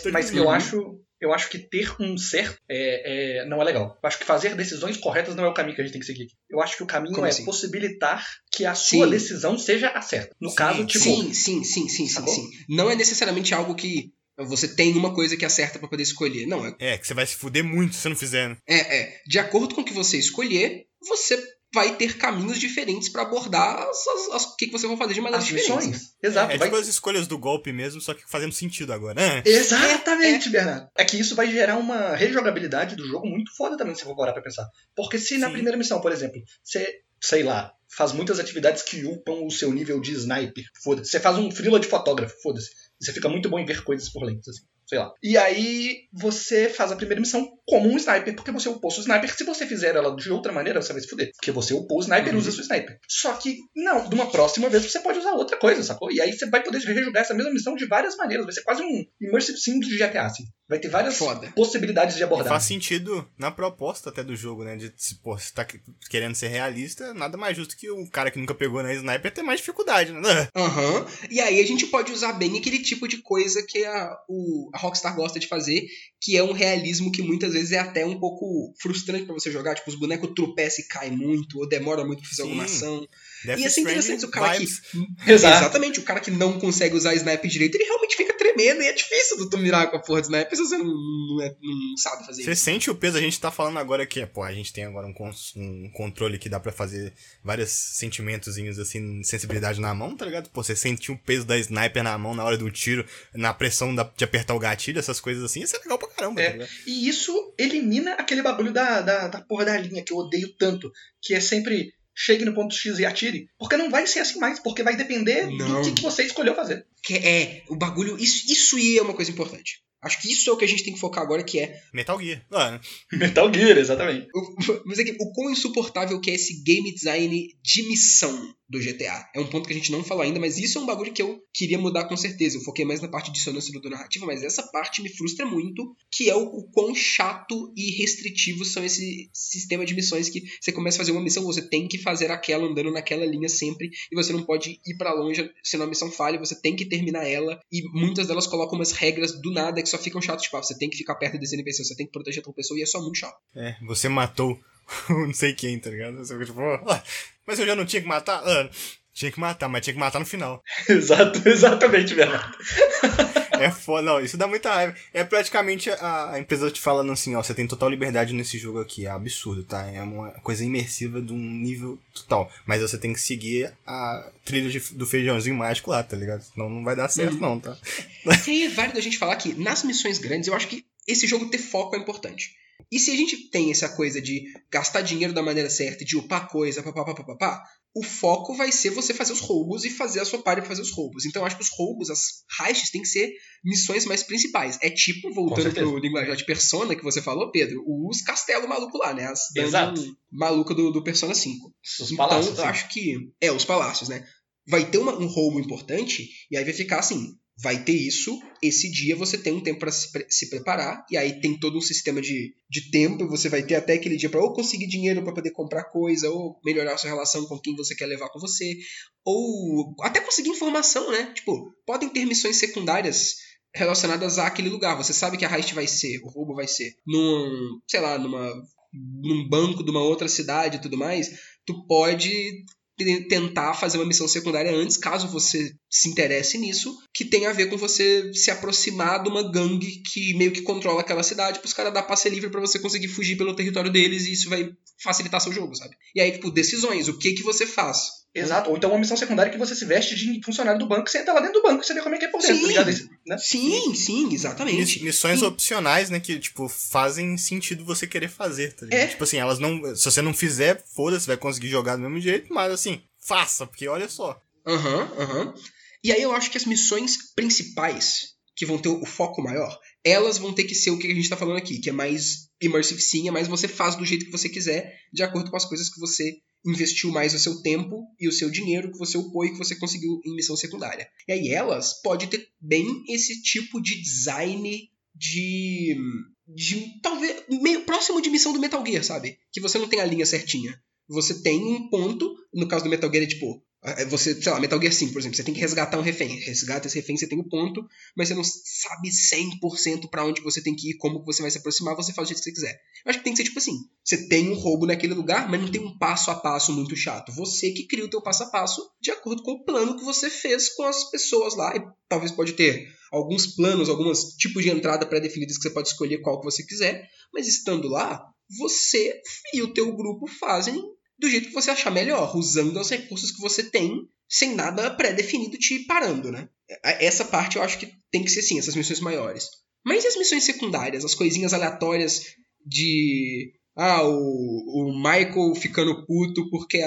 eu acho que ter um certo não é legal. Eu acho que fazer decisões corretas não é o caminho que a gente tem que seguir. Eu acho que o caminho é possibilitar que a sua decisão seja a certa. No caso, tipo... Sim. Não é necessariamente algo que você tem uma coisa que é certa pra poder escolher. Não, que você vai se fuder muito se você não fizer, né? De acordo com o que você escolher, você vai ter caminhos diferentes pra abordar o que você vai fazer de maneiras diferentes. Missões. Exato. Tipo as escolhas do golpe mesmo, só que fazendo sentido agora, né? Exatamente, Bernardo. É que isso vai gerar uma rejogabilidade do jogo muito foda também, se eu for parar pra pensar. Porque se na primeira missão, por exemplo, você, sei lá, faz muitas atividades que upam o seu nível de sniper, foda-se. Você faz um freela de fotógrafo, foda-se. Você fica muito bom em ver coisas por lentes, assim. Sei lá. E aí você faz a primeira missão como um sniper, porque você upou seu sniper. Se você fizer ela de outra maneira, você vai se fuder. Porque você upou o sniper e usa seu sniper. Só que, não, de uma próxima vez você pode usar outra coisa, sacou? E aí você vai poder rejogar essa mesma missão de várias maneiras. Vai ser quase um Immersive Sim de GTA, assim. Vai ter várias possibilidades de abordar. Faz sentido na proposta até do jogo, né? De, pô, se tá querendo ser realista, nada mais justo que o cara que nunca pegou na sniper ter mais dificuldade, né? E aí a gente pode usar bem aquele tipo de coisa que a Rockstar gosta de fazer, que é um realismo que muitas vezes é até um pouco frustrante pra você jogar. Tipo, os bonecos tropeçam e caem muito, ou demora muito pra fazer alguma ação. Death e assim, interessante, o cara vibes. Exatamente, o cara que não consegue usar sniper direito, ele realmente fica tremendo e é difícil tu mirar com a porra de sniper se você não sabe fazer isso. Você sente o peso, a gente tá falando agora que, pô, a gente tem agora um controle que dá pra fazer vários sentimentozinhos assim, sensibilidade na mão, tá ligado? Pô, você sente o peso da sniper na mão na hora do tiro, na pressão de apertar o gatilho, essas coisas assim, isso é legal pra caramba, tá ligado? E isso elimina aquele bagulho da porra da linha que eu odeio tanto, que é sempre... chegue no ponto X e atire. Porque não vai ser assim mais, porque vai depender do que você escolheu fazer. O bagulho... Isso é uma coisa importante. Acho que isso é o que a gente tem que focar agora, que é... Metal Gear. Metal Gear, exatamente. Mas é que o quão insuportável que é esse game design de missão. do GTA. É um ponto que a gente não falou ainda, mas isso é um bagulho que eu queria mudar com certeza. Eu foquei mais na parte de dissonância do narrativa, mas essa parte me frustra muito, que é o quão chato e restritivo são esse sistema de missões que você começa a fazer uma missão, você tem que fazer aquela andando naquela linha sempre, e você não pode ir pra longe, senão a missão falha, você tem que terminar ela, e muitas delas colocam umas regras do nada que só ficam chatas, tipo, você tem que ficar perto desse NPC, você tem que proteger outra pessoa, e é só muito chato. Você matou não sei quem, tá ligado? Você fica tipo, mas eu já não tinha que matar? Tinha que matar, mas tinha que matar no final. Exatamente, Bernardo. É foda, não, isso dá muita raiva. É praticamente a empresa te falando assim, ó, você tem total liberdade nesse jogo aqui, é absurdo, tá? É uma coisa imersiva de um nível total. Mas você tem que seguir a trilha do feijãozinho mágico lá, tá ligado? Senão não vai dar certo não, tá? E aí é válido a gente falar que nas missões grandes, eu acho que esse jogo ter foco é importante. E se a gente tem essa coisa de gastar dinheiro da maneira certa, de upar coisa, papapá, o foco vai ser você fazer os roubos e fazer a sua party pra fazer os roubos. Então eu acho que os roubos, as heists, tem que ser missões mais principais. É tipo, voltando pro linguajar de Persona que você falou, Pedro, os castelos malucos lá, né? As malucas do Persona 5. Os palácios. Então eu acho que... os palácios, né? Vai ter um roubo importante e aí vai ficar assim... Vai ter isso, esse dia você tem um tempo para se preparar, e aí tem todo um sistema de tempo, e você vai ter até aquele dia para ou conseguir dinheiro para poder comprar coisa, ou melhorar a sua relação com quem você quer levar com você, ou até conseguir informação, né? Tipo, podem ter missões secundárias relacionadas àquele lugar. Você sabe que a heist vai ser, o roubo vai ser num banco de uma outra cidade e tudo mais, tu pode tentar fazer uma missão secundária antes, caso você se interesse nisso, que tem a ver com você se aproximar de uma gangue que meio que controla aquela cidade, para os caras dar passe livre para você conseguir fugir pelo território deles, e isso vai facilitar seu jogo, sabe? E aí, tipo, decisões, o que você faz? Exato, ou então uma missão secundária que você se veste de funcionário do banco, você entra lá dentro do banco e você vê como é que é por dentro, tá ligado? Né? Sim, exatamente. Missões opcionais, né, que, tipo, fazem sentido você querer fazer, tá ligado? Tipo assim, elas não... Se você não fizer, foda-se, vai conseguir jogar do mesmo jeito, mas assim, faça, porque olha só. E aí eu acho que as missões principais, que vão ter o foco maior, elas vão ter que ser o que a gente tá falando aqui, que é mais immersive sim, é mais você faz do jeito que você quiser, de acordo com as coisas que você investiu mais o seu tempo e o seu dinheiro que você upou e que você conseguiu em missão secundária. E aí elas podem ter bem esse tipo de design de talvez meio próximo de missão do Metal Gear, sabe? Que você não tem a linha certinha. Você tem um ponto, no caso do Metal Gear é tipo, você, sei lá, Metal Gear 5, por exemplo, você tem que resgatar um refém. Resgata esse refém, você tem o ponto, mas você não sabe 100% pra onde você tem que ir, como você vai se aproximar, você faz o jeito que você quiser. Eu acho que tem que ser tipo assim, você tem um roubo naquele lugar, mas não tem um passo a passo muito chato. Você que cria o teu passo a passo de acordo com o plano que você fez com as pessoas lá, e talvez pode ter alguns planos, alguns tipos de entrada pré-definidos que você pode escolher qual que você quiser, mas estando lá, você e o teu grupo fazem do jeito que você achar melhor, usando os recursos que você tem, sem nada pré-definido te parando, né? Essa parte eu acho que tem que ser assim, essas missões maiores. Mas e as missões secundárias, as coisinhas aleatórias de... o Michael ficando puto porque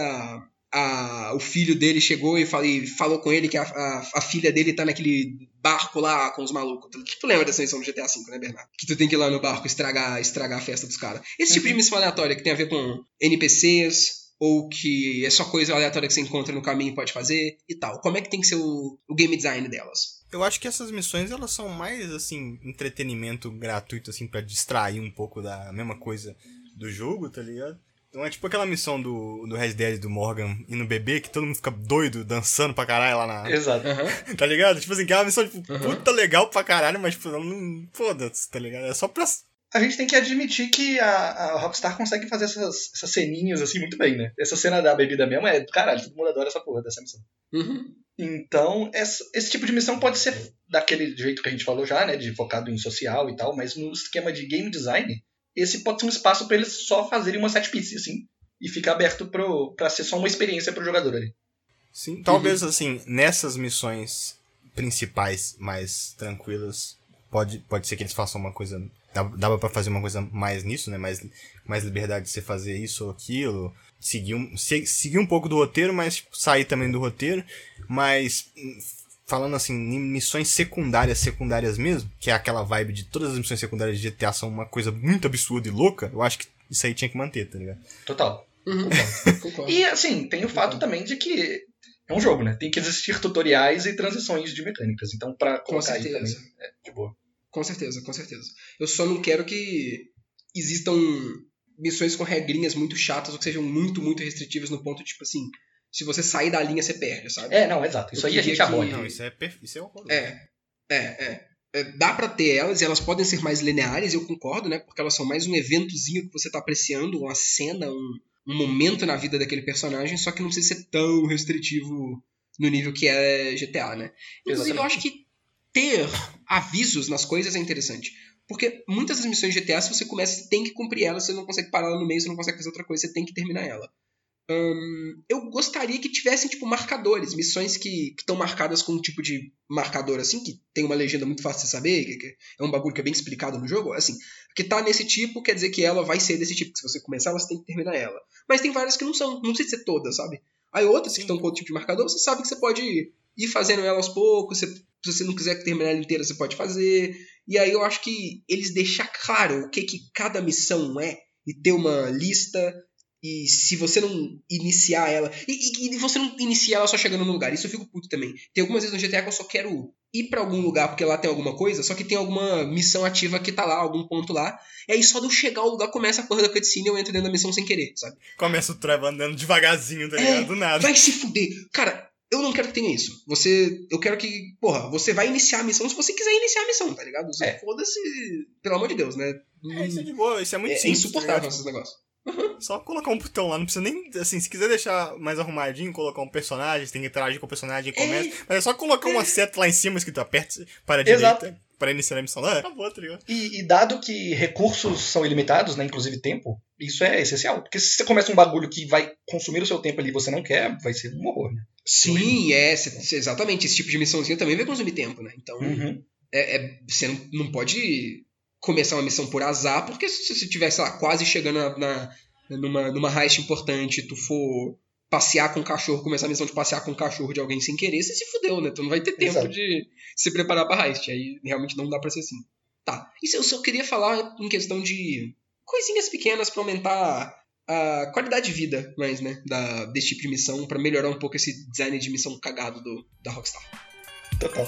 o filho dele chegou e falou com ele que a filha dele tá naquele barco lá com os malucos. Tu lembra dessa missão do GTA V, né, Bernardo? Que tu tem que ir lá no barco estragar a festa dos caras. Esse tipo de missão aleatória que tem a ver com NPCs, ou que é só coisa aleatória que você encontra no caminho e pode fazer e tal. Como é que tem que ser o game design delas? Eu acho que essas missões, elas são mais, assim, entretenimento gratuito, assim, pra distrair um pouco da mesma coisa do jogo, tá ligado? Então é tipo aquela missão do Red Dead, do Morgan e no bebê, que todo mundo fica doido, dançando pra caralho lá na... Exato. Tá ligado? Tipo assim, que é uma missão, tipo, puta legal pra caralho, mas, tipo, não... Foda-se, tá ligado? É só pra... A gente tem que admitir que a Rockstar consegue fazer essas ceninhas, assim, muito bem, né? Essa cena da bebida mesmo é do caralho, todo mundo adora essa porra dessa missão. Então, esse tipo de missão pode ser daquele jeito que a gente falou já, né? De focado em social e tal, mas no esquema de game design, esse pode ser um espaço pra eles só fazerem uma set piece, assim, e ficar aberto pra ser só uma experiência pro jogador ali. Sim, talvez, assim, nessas missões principais mais tranquilas, pode ser que eles façam uma coisa... Dava pra fazer uma coisa mais nisso, né? Mais liberdade de você fazer isso ou aquilo. Seguir um pouco do roteiro, mas tipo, sair também do roteiro. Mas, falando assim, em missões secundárias mesmo, que é aquela vibe de todas as missões secundárias de GTA são uma coisa muito absurda e louca, eu acho que isso aí tinha que manter, tá ligado? Total. Concordo. E, assim, tem o fato também de que é um jogo, né? Tem que existir tutoriais e transições de mecânicas. Então, pra colocar aí também, é de boa. Com certeza, com certeza. Eu só não quero que existam missões com regrinhas muito chatas ou que sejam muito, muito restritivas no ponto, tipo assim, se você sair da linha, você perde, sabe? Não, exato. Isso aí a gente aborda. Não, isso é horroroso. Dá pra ter elas e elas podem ser mais lineares, eu concordo, né? Porque elas são mais um eventozinho que você tá apreciando, uma cena, um momento na vida daquele personagem, só que não precisa ser tão restritivo no nível que é GTA, né? Inclusive, eu acho que ter avisos nas coisas é interessante. Porque muitas das missões de GTA, se você começa, você tem que cumprir elas, você não consegue parar ela no meio, você não consegue fazer outra coisa, você tem que terminar ela. Eu gostaria que tivessem, tipo, marcadores, missões que estão marcadas com um tipo de marcador, assim, que tem uma legenda muito fácil de saber, que é um bagulho que é bem explicado no jogo, assim, que tá nesse tipo, quer dizer que ela vai ser desse tipo, que se você começar, você tem que terminar ela. Mas tem várias que não são, não precisa ser todas, sabe? Aí outras que estão com outro tipo de marcador, você sabe que você pode ir fazendo ela aos poucos, se você não quiser terminar ela inteira, você pode fazer. E aí eu acho que eles deixar claro o que cada missão é, e ter uma lista. E se você não iniciar ela... E você não inicia ela só chegando no lugar. Isso eu fico puto também. Tem algumas vezes no GTA que eu só quero ir pra algum lugar porque lá tem alguma coisa, só que tem alguma missão ativa que tá lá, algum ponto lá. E aí só de eu chegar ao lugar começa a porra da cutscene e eu entro dentro da missão sem querer, sabe? Começa o Trevor andando devagarzinho, tá ligado? Do nada. Vai se fuder. Cara, eu não quero que tenha isso. Eu quero que... Porra, você vai iniciar a missão se você quiser iniciar a missão, tá ligado? Foda-se... Pelo amor de Deus, né? Isso é de boa. Isso é muito simples. É insuportável esses negócios. Só colocar um botão lá, não precisa nem, assim, se quiser deixar mais arrumadinho, colocar um personagem, você tem que interagir com o personagem e começa, mas é só colocar uma seta lá em cima, escrito aperta para a direita, para iniciar a missão, acabou, tá ligado? E dado que recursos são ilimitados, né, inclusive tempo, isso é essencial, porque se você começa um bagulho que vai consumir o seu tempo ali e você não quer, vai ser um horror, né? Sim, exatamente, esse tipo de missãozinha também vai consumir tempo, né, então você não pode começar uma missão por azar, porque se você estiver, sei lá, quase chegando numa heist importante, tu for passear com o cachorro, começar a missão de passear com o cachorro de alguém sem querer, você se fudeu, né? Tu não vai ter tempo de se preparar pra heist. Aí realmente não dá pra ser assim. Tá. Isso eu só queria falar em questão de coisinhas pequenas pra aumentar a qualidade de vida, mais, né? Desse tipo de missão, pra melhorar um pouco esse design de missão cagado da Rockstar. Total.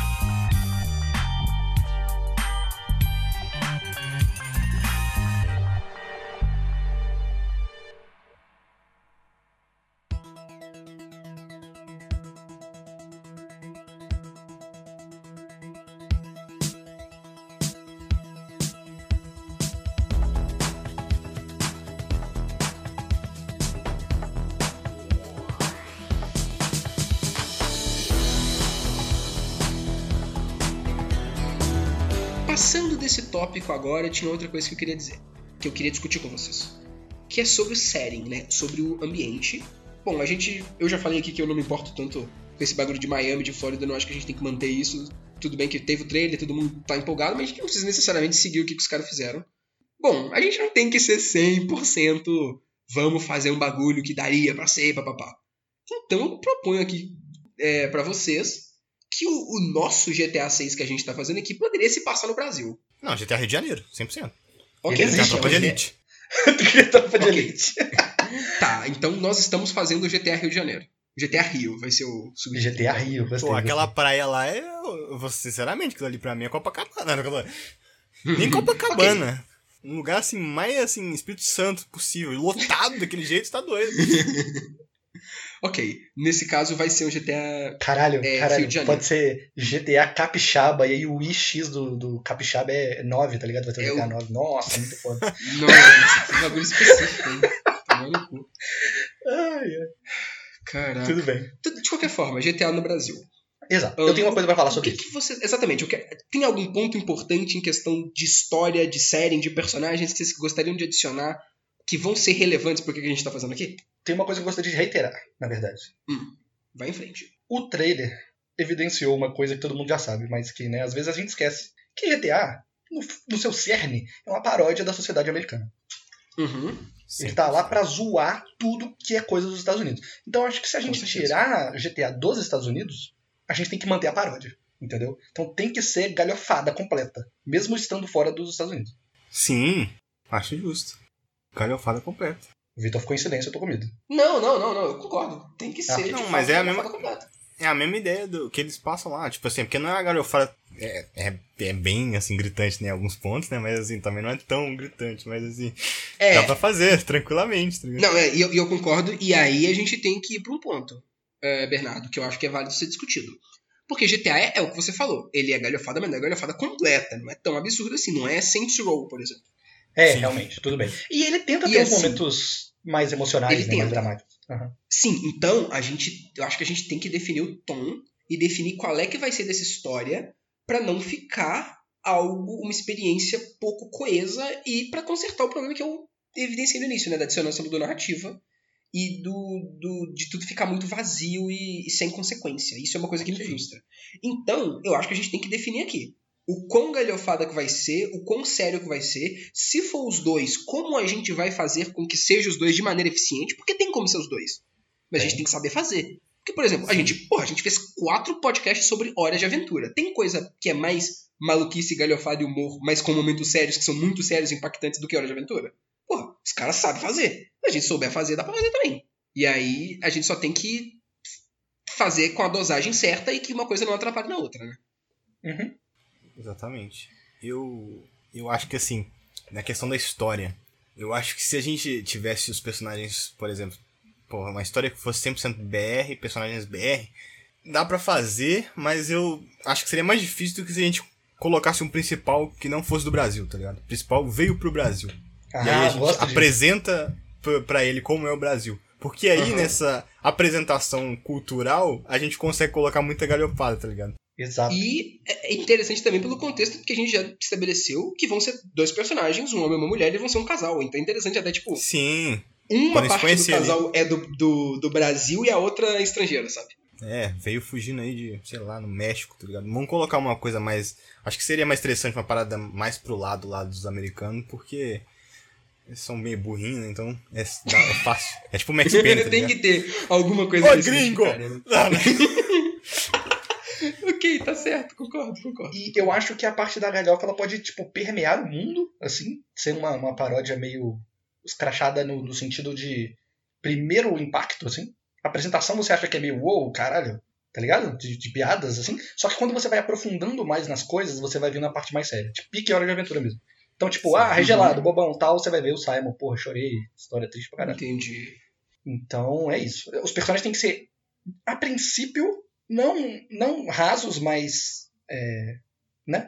Passando desse tópico agora, tinha outra coisa que eu queria dizer, que eu queria discutir com vocês, que é sobre o setting, né? Sobre o ambiente. Bom, eu já falei aqui que eu não me importo tanto com esse bagulho de Miami, de Flórida, eu não acho que a gente tem que manter isso. Tudo bem que teve o trailer, todo mundo tá empolgado, mas a gente não precisa necessariamente seguir o que os caras fizeram. Bom, a gente não tem que ser 100% vamos fazer um bagulho que daria pra ser, papapá. Então eu proponho aqui pra vocês que o nosso GTA 6 que a gente tá fazendo aqui poderia se passar no Brasil. Não, GTA Rio de Janeiro, 100%. Ok, tem a tropa de elite. Tem a tropa de elite. Tá, então nós estamos fazendo o GTA Rio de Janeiro. GTA Rio vai ser o subtítulo. GTA Rio, gostei. Pô, aquela praia lá eu vou sinceramente, aquilo ali pra mim é Copacabana. Nem Copacabana. Um lugar assim, mais assim, Espírito Santo possível. Lotado daquele jeito, você tá doido. Ok, nesse caso vai ser um GTA Caralho, Rio de Janeiro. Pode ser GTA Capixaba, e aí o IX do Capixaba é 9, tá ligado? Vai ter o GTA 9. Nossa, muito foda. Nossa, que bagulho específico, hein? Tomando no cu. Ai. Caraca. Tudo bem. De qualquer forma, GTA no Brasil. Exato. Eu tenho uma coisa pra falar sobre isso. Exatamente. Tem algum ponto importante em questão de história, de setting, de personagens que vocês gostariam de adicionar que vão ser relevantes pro que a gente tá fazendo aqui? Tem uma coisa que eu gostaria de reiterar, na verdade. Vai em frente. O trailer evidenciou uma coisa que todo mundo já sabe, mas que, né, às vezes a gente esquece. Que GTA, no seu cerne, é uma paródia da sociedade americana. Sim. Ele tá lá pra zoar tudo que é coisa dos Estados Unidos. Então acho que se a gente tirar GTA dos Estados Unidos, a gente tem que manter a paródia, entendeu? Então tem que ser galhofada completa, mesmo estando fora dos Estados Unidos. Sim, acho justo. Galhofada completa. O Vitor ficou em silêncio, eu tô com medo. Não, eu concordo. Tem que ser. Não, mas é a mesma ideia do que eles passam lá. Tipo assim, porque não é a galhofada. É bem, assim, gritante, né? Em alguns pontos, né? Mas, assim, também não é tão gritante. Mas, assim, dá pra fazer tranquilamente. Tá ligado? Não, e eu concordo. E aí a gente tem que ir pra um ponto, Bernardo, que eu acho que é válido ser discutido. Porque GTA é o que você falou. Ele é galhofada, mas não é galhofada completa. Não é tão absurdo assim. Não é Saints Row, por exemplo. Sim. Realmente, tudo bem. E ele tenta ter uns momentos mais emocionais, né, mais dramáticos. Uhum. Sim, então eu acho que a gente tem que definir o tom e definir qual é que vai ser dessa história pra não ficar uma experiência pouco coesa e pra consertar o problema que eu evidenciei no início, né, da dissonância do narrativa e de tudo ficar muito vazio e sem consequência. Isso é uma coisa que me frustra. Então, eu acho que a gente tem que definir aqui o quão galhofada que vai ser, o quão sério que vai ser. Se for os dois, como a gente vai fazer com que seja os dois de maneira eficiente? Porque tem como ser os dois. Mas a gente tem que saber fazer. Porque, por exemplo, a gente fez 4 podcasts sobre Horas de Aventura. Tem coisa que é mais maluquice, galhofada e humor, mas com momentos sérios, que são muito sérios e impactantes do que Horas de Aventura? Porra, os caras sabem fazer. Se a gente souber fazer, dá pra fazer também. E aí, a gente só tem que fazer com a dosagem certa e que uma coisa não atrapalhe na outra, né? Uhum. Exatamente. Eu acho que, assim, na questão da história, eu acho que se a gente tivesse os personagens, por exemplo, uma história que fosse 100% BR, personagens BR, dá pra fazer, mas eu acho que seria mais difícil do que se a gente colocasse um principal que não fosse do Brasil, tá ligado? O principal veio pro Brasil. E aí a gente apresenta pra ele como é o Brasil. Porque aí, nessa apresentação cultural, a gente consegue colocar muita galhofada, tá ligado? Exato. E é interessante também pelo contexto que a gente já estabeleceu, que vão ser 2 personagens, um homem e uma mulher, e vão ser um casal. Então é interessante até, tipo... Sim. Uma parte do casal é do Brasil e a outra é estrangeira, sabe? Veio fugindo aí de, sei lá, no México, tá ligado? Vamos colocar uma coisa mais... Acho que seria mais interessante uma parada mais pro lado lá dos americanos, porque... Eles são meio burrinhos, né? Então é fácil. É tipo o Max Payne, tá Tem que ter alguma coisa... Ô, gringo! Ok, tá certo, concordo. E eu acho que a parte da galhofa ela pode, tipo, permear o mundo, assim, ser uma paródia meio escrachada no sentido de primeiro impacto, assim. A apresentação você acha que é meio wow, caralho, tá ligado? De piadas, assim. Só que quando você vai aprofundando mais nas coisas, você vai vendo a parte mais séria. Tipo, pique Hora de Aventura mesmo. Então, tipo, regelado, bobão, tal, você vai ver o Simon, porra, chorei, história triste pra caralho. Entendi. Então, é isso. Os personagens têm que ser, a princípio, não rasos, mas, né?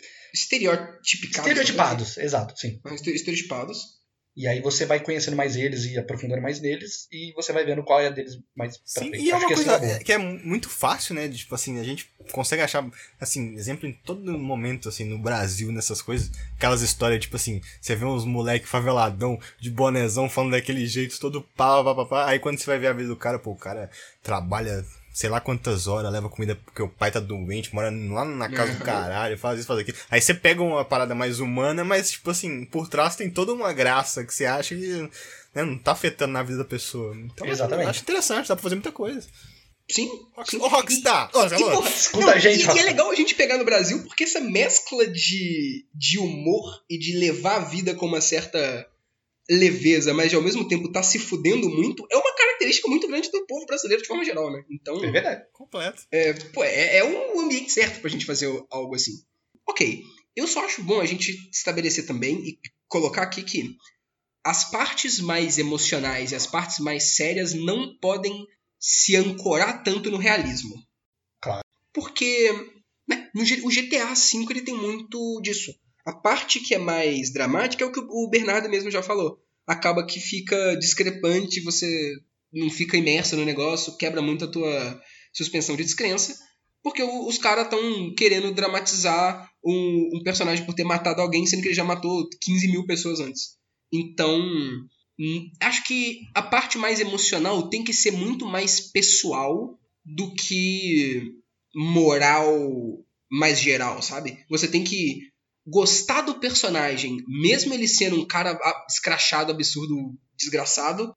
Estereotipados, exato, sim. Estereotipados. E aí você vai conhecendo mais eles e aprofundando mais neles, e você vai vendo qual é a deles mais pra frente. E é uma coisa que é muito fácil, né? De, tipo assim, a gente consegue achar, assim, exemplo em todo momento, assim, no Brasil, nessas coisas. Aquelas histórias, tipo assim, você vê uns moleque faveladão, de bonezão, falando daquele jeito, todo pá. Aí quando você vai ver a vida do cara, o cara trabalha... sei lá quantas horas, leva comida porque o pai tá doente, mora lá na casa do caralho, faz isso, faz aquilo. Aí você pega uma parada mais humana, mas, tipo assim, por trás tem toda uma graça que você acha que, né, não tá afetando na vida da pessoa. Então, exatamente. Eu acho interessante, dá pra fazer muita coisa. Sim. Ô, Rockstar! E é legal a gente pegar no Brasil, porque essa mescla de humor e de levar a vida com uma certa... leveza, mas ao mesmo tempo tá se fudendo muito, é uma característica muito grande do povo brasileiro de forma geral, né? Então... É verdade. Completo. É um ambiente certo pra gente fazer algo assim. Ok, eu só acho bom a gente estabelecer também e colocar aqui que as partes mais emocionais e as partes mais sérias não podem se ancorar tanto no realismo. Claro. Porque, né, o GTA V ele tem muito disso. A parte que é mais dramática é o que o Bernardo mesmo já falou. Acaba que fica discrepante, você não fica imerso no negócio, quebra muito a tua suspensão de descrença, porque os caras estão querendo dramatizar um personagem por ter matado alguém, sendo que ele já matou 15 mil pessoas antes. Então, acho que a parte mais emocional tem que ser muito mais pessoal do que moral mais geral, sabe? Você tem que gostar do personagem, mesmo ele sendo um cara escrachado, absurdo, desgraçado,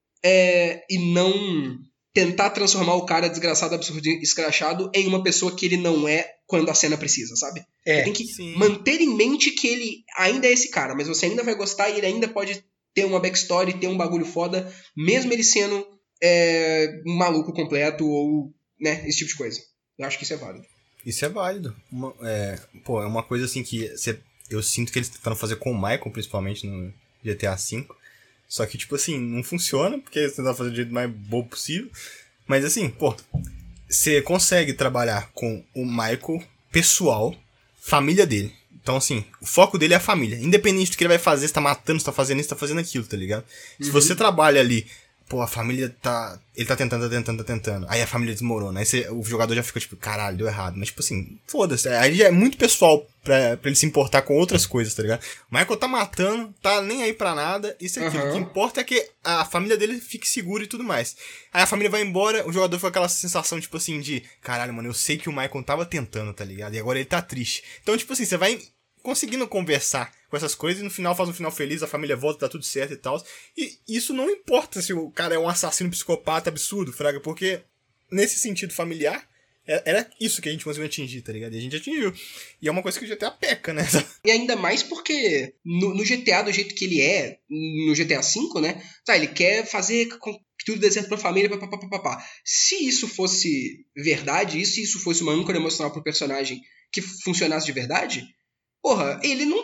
e não tentar transformar o cara desgraçado, absurdo e escrachado em uma pessoa que ele não é quando a cena precisa, sabe? Você tem que manter em mente que ele ainda é esse cara, mas você ainda vai gostar e ele ainda pode ter uma backstory, ter um bagulho foda, mesmo ele sendo um maluco completo ou, né, esse tipo de coisa. Eu acho que isso é válido. Isso é válido. É uma coisa assim que eu sinto que eles tentaram fazer com o Michael, principalmente no GTA V. Só que, tipo assim, não funciona, porque eles tentaram fazer do jeito mais bobo possível. Mas assim, você consegue trabalhar com o Michael pessoal, família dele. Então, assim, o foco dele é a família. Independente do que ele vai fazer, se tá matando, se tá fazendo isso, tá fazendo aquilo, tá ligado? Se você trabalha ali, a família tá... Ele tá tentando. Aí a família desmorona. Aí o jogador já fica tipo, caralho, deu errado. Mas, tipo assim, foda-se. Aí já é muito pessoal pra ele se importar com outras coisas, tá ligado? O Michael tá matando, tá nem aí pra nada. Isso aqui. O que importa é que a família dele fique segura e tudo mais. Aí a família vai embora, o jogador fica com aquela sensação, tipo assim, de... Caralho, mano, eu sei que o Michael tava tentando, tá ligado? E agora ele tá triste. Então, tipo assim, você vai conseguindo conversar com essas coisas e no final faz um final feliz, a família volta, tá tudo certo e tal. E isso não importa se o cara é um assassino psicopata absurdo, fraga, porque nesse sentido familiar, era isso que a gente conseguiu atingir, tá ligado? E a gente atingiu. E é uma coisa que o GTA peca, né? E ainda mais porque no GTA, do jeito que ele é, no GTA V, né? Ele quer fazer com que tudo dê certo pra família, papapá. Se isso fosse verdade, se isso fosse uma âncora emocional pro personagem que funcionasse de verdade... ele não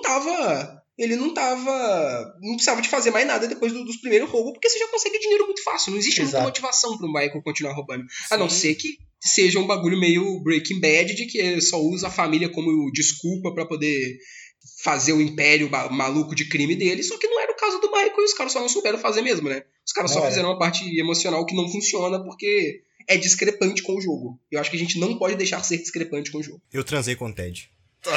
precisava de fazer mais nada depois dos primeiros roubos, porque você já consegue dinheiro muito fácil. Não existe muita motivação pro Michael continuar roubando. Sim. A não ser que seja um bagulho meio Breaking Bad, de que ele só usa a família como desculpa pra poder fazer o império maluco de crime dele. Só que não era o caso do Michael e os caras só não souberam fazer mesmo, né? Os caras só fizeram uma parte emocional que não funciona porque é discrepante com o jogo. Eu acho que a gente não pode deixar ser discrepante com o jogo. Eu transei com o Ted.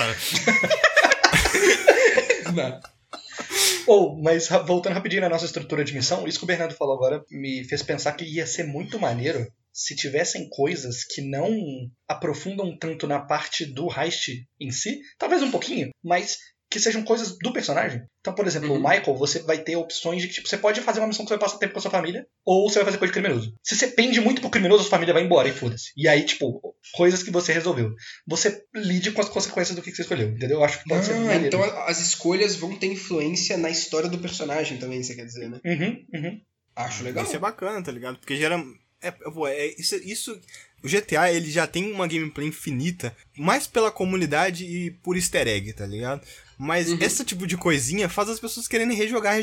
Mas voltando rapidinho na nossa estrutura de missão, isso que o Bernardo falou agora me fez pensar que ia ser muito maneiro se tivessem coisas que não aprofundam tanto na parte do heist em si, talvez um pouquinho, mas que sejam coisas do personagem. Então, por exemplo, o Michael, você vai ter opções de que você pode fazer uma missão que você vai passar tempo com a sua família, ou você vai fazer coisa de criminoso. Se você pende muito pro criminoso, a sua família vai embora e foda-se. E aí, coisas que você resolveu. Você lide com as consequências do que você escolheu, entendeu? Eu acho que pode ser maneiro. Então as escolhas vão ter influência na história do personagem também, você quer dizer, né? Acho legal. Isso é bacana, tá ligado? Porque gera... Isso... O GTA, ele já tem uma gameplay infinita, mais pela comunidade e por easter egg, tá ligado? Mas esse tipo de coisinha faz as pessoas quererem rejogar,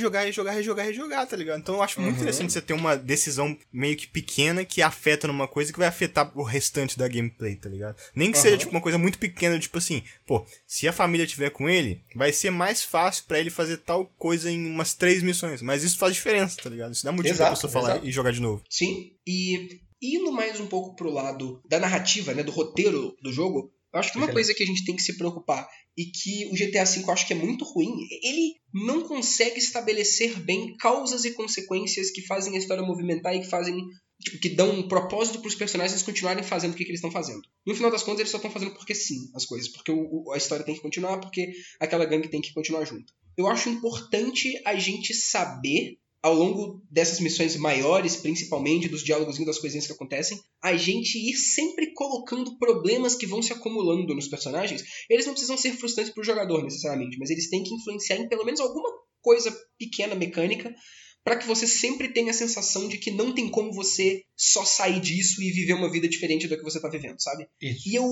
tá ligado? Então eu acho muito interessante você ter uma decisão meio que pequena que afeta numa coisa que vai afetar o restante da gameplay, tá ligado? Nem que seja uma coisa muito pequena, tipo assim, se a família tiver com ele, vai ser mais fácil pra ele fazer tal coisa em umas 3 missões. Mas isso faz diferença, tá ligado? Isso dá motivo pra pessoa falar e jogar de novo. Sim, e indo mais um pouco pro lado da narrativa, né, do roteiro do jogo, eu acho que uma coisa que a gente tem que se preocupar e que o GTA V eu acho que é muito ruim, ele não consegue estabelecer bem causas e consequências que fazem a história movimentar e que fazem, que dão um propósito pros personagens continuarem fazendo o que eles estão fazendo. No final das contas, eles só estão fazendo porque sim, as coisas, porque a história tem que continuar, porque aquela gangue tem que continuar junto. Eu acho importante a gente saber, ao longo dessas missões maiores, principalmente, dos diálogos e das coisinhas que acontecem, a gente ir sempre colocando problemas que vão se acumulando nos personagens. Eles não precisam ser frustrantes pro jogador, necessariamente, mas eles têm que influenciar em pelo menos alguma coisa pequena, mecânica, para que você sempre tenha a sensação de que não tem como você só sair disso e viver uma vida diferente da que você tá vivendo, sabe? Isso. E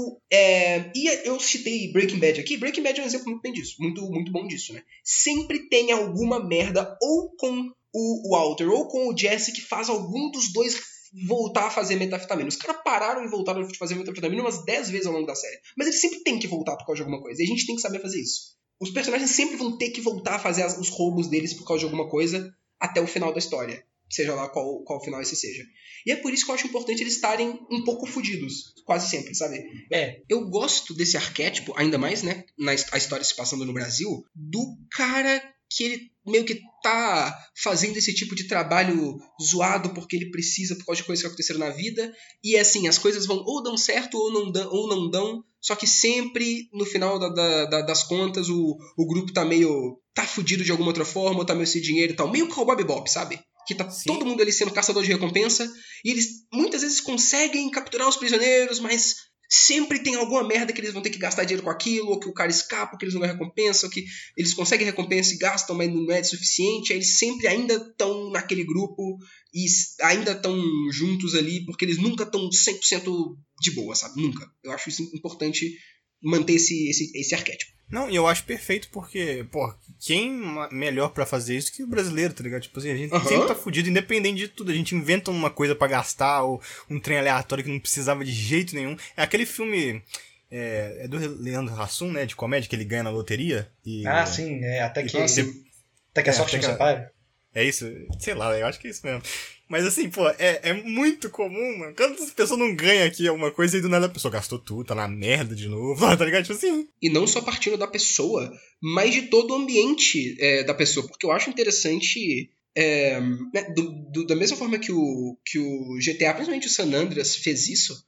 eu citei Breaking Bad aqui. Breaking Bad é um exemplo muito bem disso, muito, muito bom disso, né? Sempre tem alguma merda, ou com o Walter ou com o Jesse, que faz algum dos dois voltar a fazer metanfetamina. Os caras pararam e voltaram a fazer metanfetamina umas 10 vezes ao longo da série. Mas eles sempre têm que voltar por causa de alguma coisa. E a gente tem que saber fazer isso. Os personagens sempre vão ter que voltar a fazer os roubos deles por causa de alguma coisa até o final da história. Seja lá qual final esse seja. E é por isso que eu acho importante eles estarem um pouco fodidos. Quase sempre, sabe? Eu gosto desse arquétipo, ainda mais, né? A história se passando no Brasil, do cara que ele meio que tá fazendo esse tipo de trabalho zoado porque ele precisa por causa de coisas que aconteceram na vida. E assim, as coisas vão ou dão certo ou não dão. Só que sempre, no final das contas, o grupo tá fudido de alguma outra forma, ou tá meio sem dinheiro e tal. Meio Cowboy Bebop, sabe? Que tá todo mundo ali sendo caçador de recompensa. E eles muitas vezes conseguem capturar os prisioneiros, mas sempre tem alguma merda que eles vão ter que gastar dinheiro com aquilo, ou que o cara escapa, ou que eles não ganham recompensa, ou que eles conseguem recompensa e gastam, mas não é suficiente. Aí eles sempre ainda estão naquele grupo e ainda estão juntos ali, porque eles nunca estão 100% de boa, sabe? Nunca. Eu acho isso importante, manter esse arquétipo. Não, e eu acho perfeito porque, pô, quem melhor pra fazer isso que o brasileiro, tá ligado? Tipo assim, a gente sempre tá fudido, independente de tudo. A gente inventa uma coisa pra gastar, ou um trem aleatório que não precisava de jeito nenhum. É aquele filme, é do Leandro Hassum, né, de comédia, que ele ganha na loteria. E, sim, até que a sorte não que separe. É isso, sei lá, eu acho que é isso mesmo. Mas assim, pô, é muito comum, mano. Quantas pessoas não ganham aqui alguma coisa e do nada a pessoa gastou tudo, tá na merda de novo, tá ligado? Tipo assim. E não só partindo da pessoa, mas de todo o ambiente da pessoa. Porque eu acho interessante, né, da mesma forma que o GTA, principalmente o San Andreas, fez isso,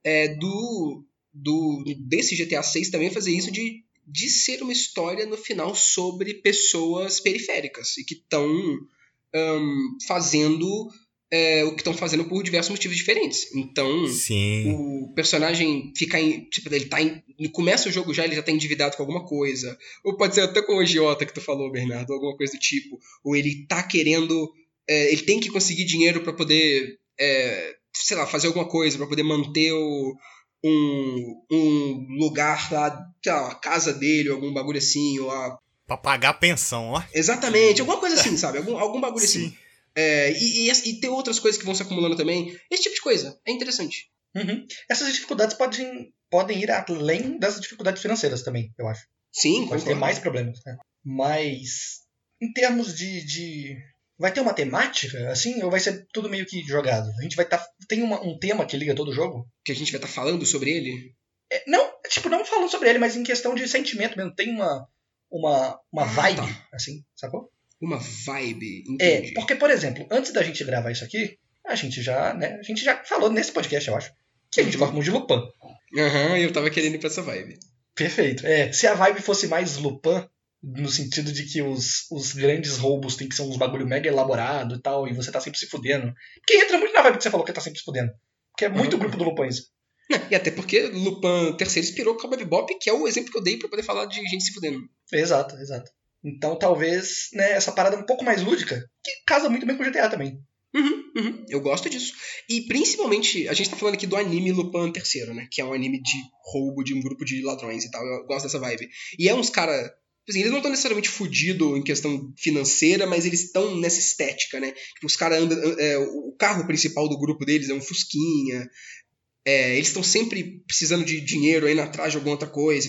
desse GTA 6 também fazer isso de ser uma história no final sobre pessoas periféricas e que estão fazendo o que estão fazendo por diversos motivos diferentes. Então, sim, o personagem fica começa o jogo ele já tá endividado com alguma coisa. Ou pode ser até com o agiota que tu falou, Bernardo, alguma coisa do tipo. Ou ele tá querendo... ele tem que conseguir dinheiro para poder, sei lá, fazer alguma coisa, para poder manter um lugar lá, sei lá, a casa dele, ou algum bagulho assim, ou pra pagar a pensão, ó. Exatamente, alguma coisa assim, sabe? Algum bagulho Sim. assim. E ter outras coisas que vão se acumulando também. Esse tipo de coisa. É interessante. Uhum. Essas dificuldades podem ir além das dificuldades financeiras também, eu acho. Sim, pode ter mais problemas, né? Mas, em termos de... Vai ter uma temática, assim, ou vai ser tudo meio que jogado? A gente vai tem um tema que liga todo o jogo? Que a gente vai estar falando sobre ele? Não falando sobre ele, mas em questão de sentimento mesmo. Tem uma vibe, assim, sacou? Uma vibe, entendi. Porque, por exemplo, antes da gente gravar isso aqui, a gente já falou nesse podcast, eu acho, que a gente gosta muito de Lupin. Eu tava querendo ir pra essa vibe. Perfeito. Se a vibe fosse mais Lupin, no sentido de que os grandes roubos tem que ser uns bagulho mega elaborado e tal, e você tá sempre se fudendo. Porque entra muito na vibe que você falou que tá sempre se fudendo. Porque é muito grupo do Lupin isso. E até porque Lupin III inspirou Cowboy Bebop, que é o exemplo que eu dei pra poder falar de gente se fudendo. Exato. Então talvez, né, essa parada um pouco mais lúdica, que casa muito bem com o GTA também. Eu gosto disso. E principalmente, a gente tá falando aqui do anime Lupin III, né? Que é um anime de roubo de um grupo de ladrões e tal. Eu gosto dessa vibe. E é uns cara... Assim, eles não estão necessariamente fudidos em questão financeira, mas eles estão nessa estética, né? Tipo, os caras andam... o carro principal do grupo deles é um Fusquinha. Eles estão sempre precisando de dinheiro, aí atrás de alguma outra coisa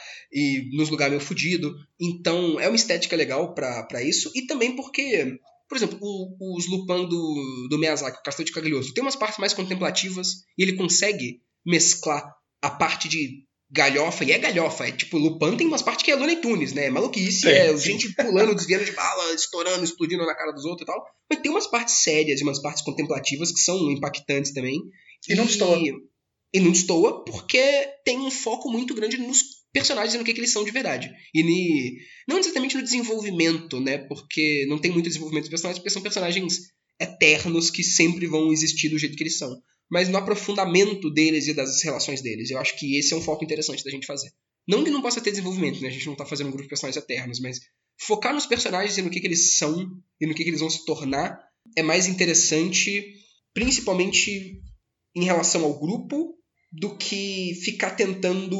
e nos lugares meio fudido. Então é uma estética legal pra isso. E também porque, por exemplo, os Lupin do Miyazaki, o Castelo de Cagliostro, tem umas partes mais contemplativas e ele consegue mesclar a parte de galhofa, e é galhofa, tipo, Lupin tem umas partes que é Looney Tunes, né? Maluquice, gente pulando, desviando de bala, estourando, explodindo na cara dos outros e tal. Mas tem umas partes sérias e umas partes contemplativas que são impactantes também. E não destoa. E não destoa porque tem um foco muito grande nos personagens e no que eles são de verdade. E não exatamente no desenvolvimento, né? Porque não tem muito desenvolvimento dos personagens, porque são personagens eternos que sempre vão existir do jeito que eles são. Mas no aprofundamento deles e das relações deles. Eu acho que esse é um foco interessante da gente fazer. Não que não possa ter desenvolvimento, né? A gente não tá fazendo um grupo de personagens eternos, mas focar nos personagens e no que eles são e no que eles vão se tornar é mais interessante, principalmente em relação ao grupo, do que ficar tentando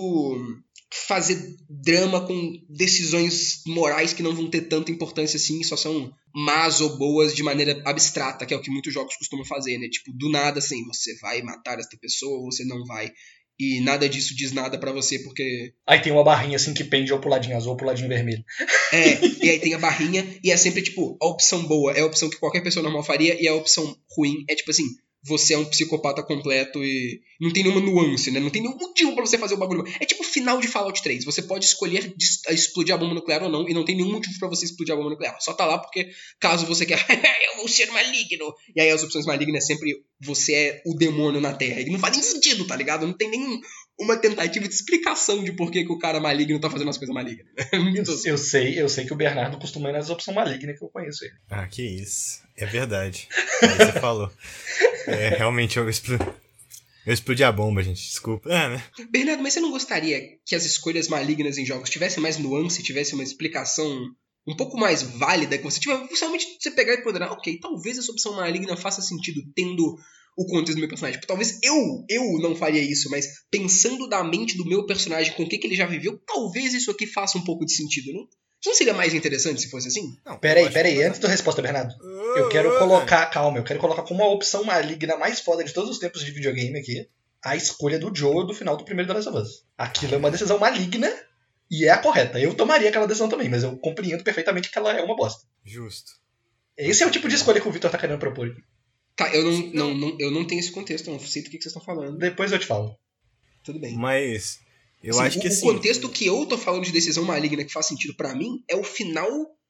fazer drama com decisões morais que não vão ter tanta importância assim, e só são más ou boas de maneira abstrata, que é o que muitos jogos costumam fazer, né? Tipo, do nada, assim, você vai matar essa pessoa ou você não vai. E nada disso diz nada pra você, porque... Aí tem uma barrinha assim que pende ao puladinho azul ou puladinho vermelho. E aí tem a barrinha, e é sempre, tipo, a opção boa é a opção que qualquer pessoa normal faria, e a opção ruim é, tipo assim, você é um psicopata completo e não tem nenhuma nuance, né? Não tem nenhum motivo pra você fazer o bagulho. É tipo o final de Fallout 3. Você pode escolher explodir a bomba nuclear ou não, e não tem nenhum motivo pra você explodir a bomba nuclear. Só tá lá porque, caso você queira, eu vou ser maligno. E aí as opções malignas é sempre você é o demônio na Terra. E não faz nem sentido, tá ligado? Não tem nenhuma tentativa de explicação de por que o cara maligno tá fazendo as coisas malignas. Eu sei que o Bernardo costuma ir nas opções malignas que eu conheço ele. Ah, que isso. É verdade. Aí você falou. Realmente eu Eu explodi a bomba, gente, desculpa. Né? Bernardo, mas você não gostaria que as escolhas malignas em jogos tivessem mais nuance, tivessem uma explicação um pouco mais válida, que você tivesse, principalmente você pegar e ponderar, ok, talvez essa opção maligna faça sentido tendo o contexto do meu personagem. Tipo, talvez eu não faria isso, mas pensando da mente do meu personagem, com o que ele já viveu, talvez isso aqui faça um pouco de sentido, não? Não seria mais interessante se fosse assim? Não, peraí, antes da resposta, Bernardo. Eu quero colocar, eu quero colocar como a opção maligna mais foda de todos os tempos de videogame aqui, a escolha do Joel do final do primeiro The Last of Us. Aquilo é uma decisão maligna e é a correta. Eu tomaria aquela decisão também, mas eu compreendo perfeitamente que ela é uma bosta. Justo. Esse é o tipo de escolha que o Victor tá querendo propor aqui. Tá, eu não tenho esse contexto, não sei do que vocês estão falando. Depois eu te falo. Tudo bem. Mas eu assim, acho que assim... O contexto que eu tô falando de decisão maligna que faz sentido pra mim é o final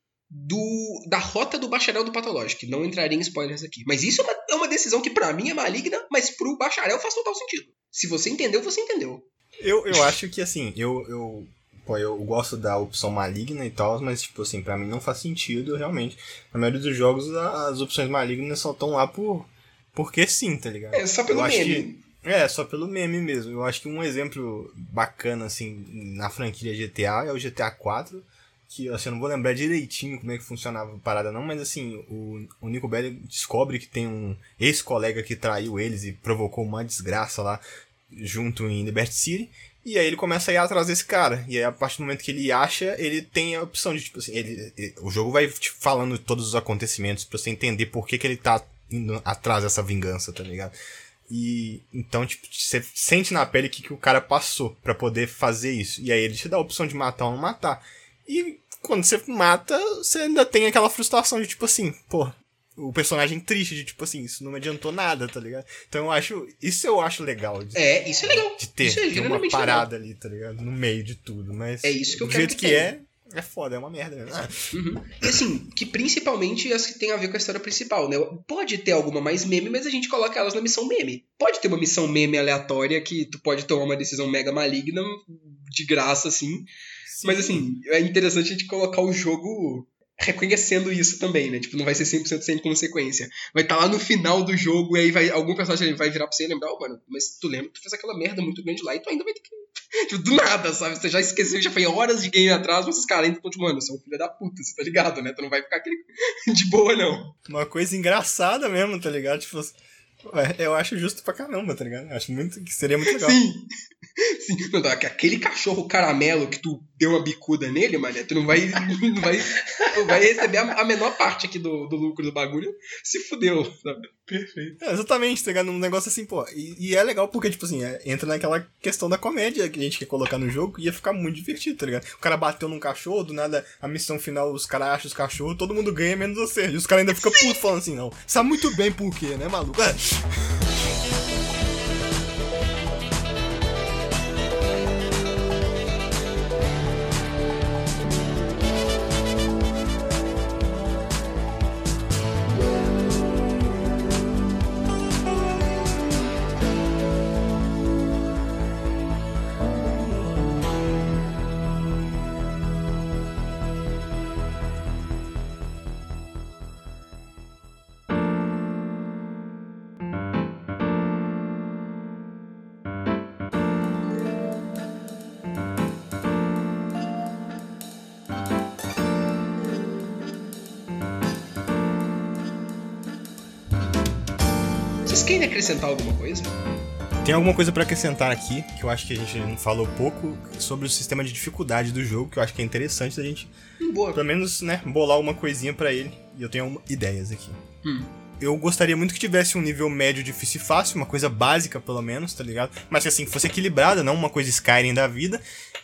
da rota do bacharel do patológico. Não entraria em spoilers aqui. Mas isso é uma decisão que pra mim é maligna, mas pro bacharel faz total sentido. Se você entendeu, você entendeu. Eu acho que assim, eu gosto da opção maligna e tal, mas tipo assim, pra mim não faz sentido realmente. Na maioria dos jogos as opções malignas só estão lá porque sim, tá ligado? É, só pelo meme. Só pelo meme mesmo. Eu acho que um exemplo bacana, assim, na franquia GTA é o GTA 4, que assim, eu não vou lembrar direitinho como é que funcionava a parada não, mas assim, o Nico Bellic descobre que tem um ex-colega que traiu eles e provocou uma desgraça lá junto em Liberty City, e aí ele começa a ir atrás desse cara, e aí a partir do momento que ele acha, ele tem a opção de, tipo assim, o jogo vai tipo, falando todos os acontecimentos pra você entender por que ele tá indo atrás dessa vingança, tá ligado? E então, tipo, você sente na pele que o cara passou pra poder fazer isso. E aí ele te dá a opção de matar ou não matar. E quando você mata, você ainda tem aquela frustração de, tipo assim, pô, o personagem triste de, tipo assim, isso não me adiantou nada, tá ligado? Então isso eu acho legal. Isso é legal. De ter uma parada legal ali, tá ligado? No meio de tudo, mas é isso que eu do quero jeito que é foda, é uma merda mesmo. Uhum. E assim, que principalmente as que tem a ver com a história principal, né? Pode ter alguma mais meme, mas a gente coloca elas na missão meme. Pode ter uma missão meme aleatória que tu pode tomar uma decisão mega maligna, de graça, assim. Sim. Mas assim, é interessante a gente colocar o jogo reconhecendo isso também, né? Tipo, não vai ser 100% sem consequência. Vai estar lá no final do jogo e aí algum personagem vai virar pra você e lembrar, mano, mas tu lembra que tu fez aquela merda muito grande lá e tu ainda vai ter que... Tipo, do nada, sabe? Você já esqueceu, já foi horas de game atrás, mas os caras ainda estão tipo, mano, você é um filho da puta, você tá ligado, né? Tu não vai ficar aquele de boa, não. Uma coisa engraçada mesmo, tá ligado? Tipo, eu acho justo pra caramba, tá ligado? Eu acho que seria muito legal. Sim. Não, aquele cachorro caramelo que tu deu uma bicuda nele, mané, tu não vai receber a menor parte aqui do lucro do bagulho, se fudeu, sabe? Perfeito. Exatamente, tá ligado? Um negócio assim, pô. E é legal porque, tipo assim, entra naquela questão da comédia que a gente quer colocar no jogo e ia ficar muito divertido, tá ligado? O cara bateu num cachorro, do nada, a missão final, os caras acham os cachorros, todo mundo ganha menos você. E os caras ainda ficam putos falando assim, não. Sabe muito bem por quê, né, maluco? Vocês querem acrescentar alguma coisa? Tem alguma coisa pra acrescentar aqui, que eu acho que a gente não falou pouco, sobre o sistema de dificuldade do jogo, que eu acho que é interessante da gente, pelo menos, né, bolar uma coisinha pra ele. E eu tenho ideias aqui. Eu gostaria muito que tivesse um nível médio, difícil e fácil, uma coisa básica, pelo menos, tá ligado? Mas que, assim, fosse equilibrada, não uma coisa Skyrim da vida.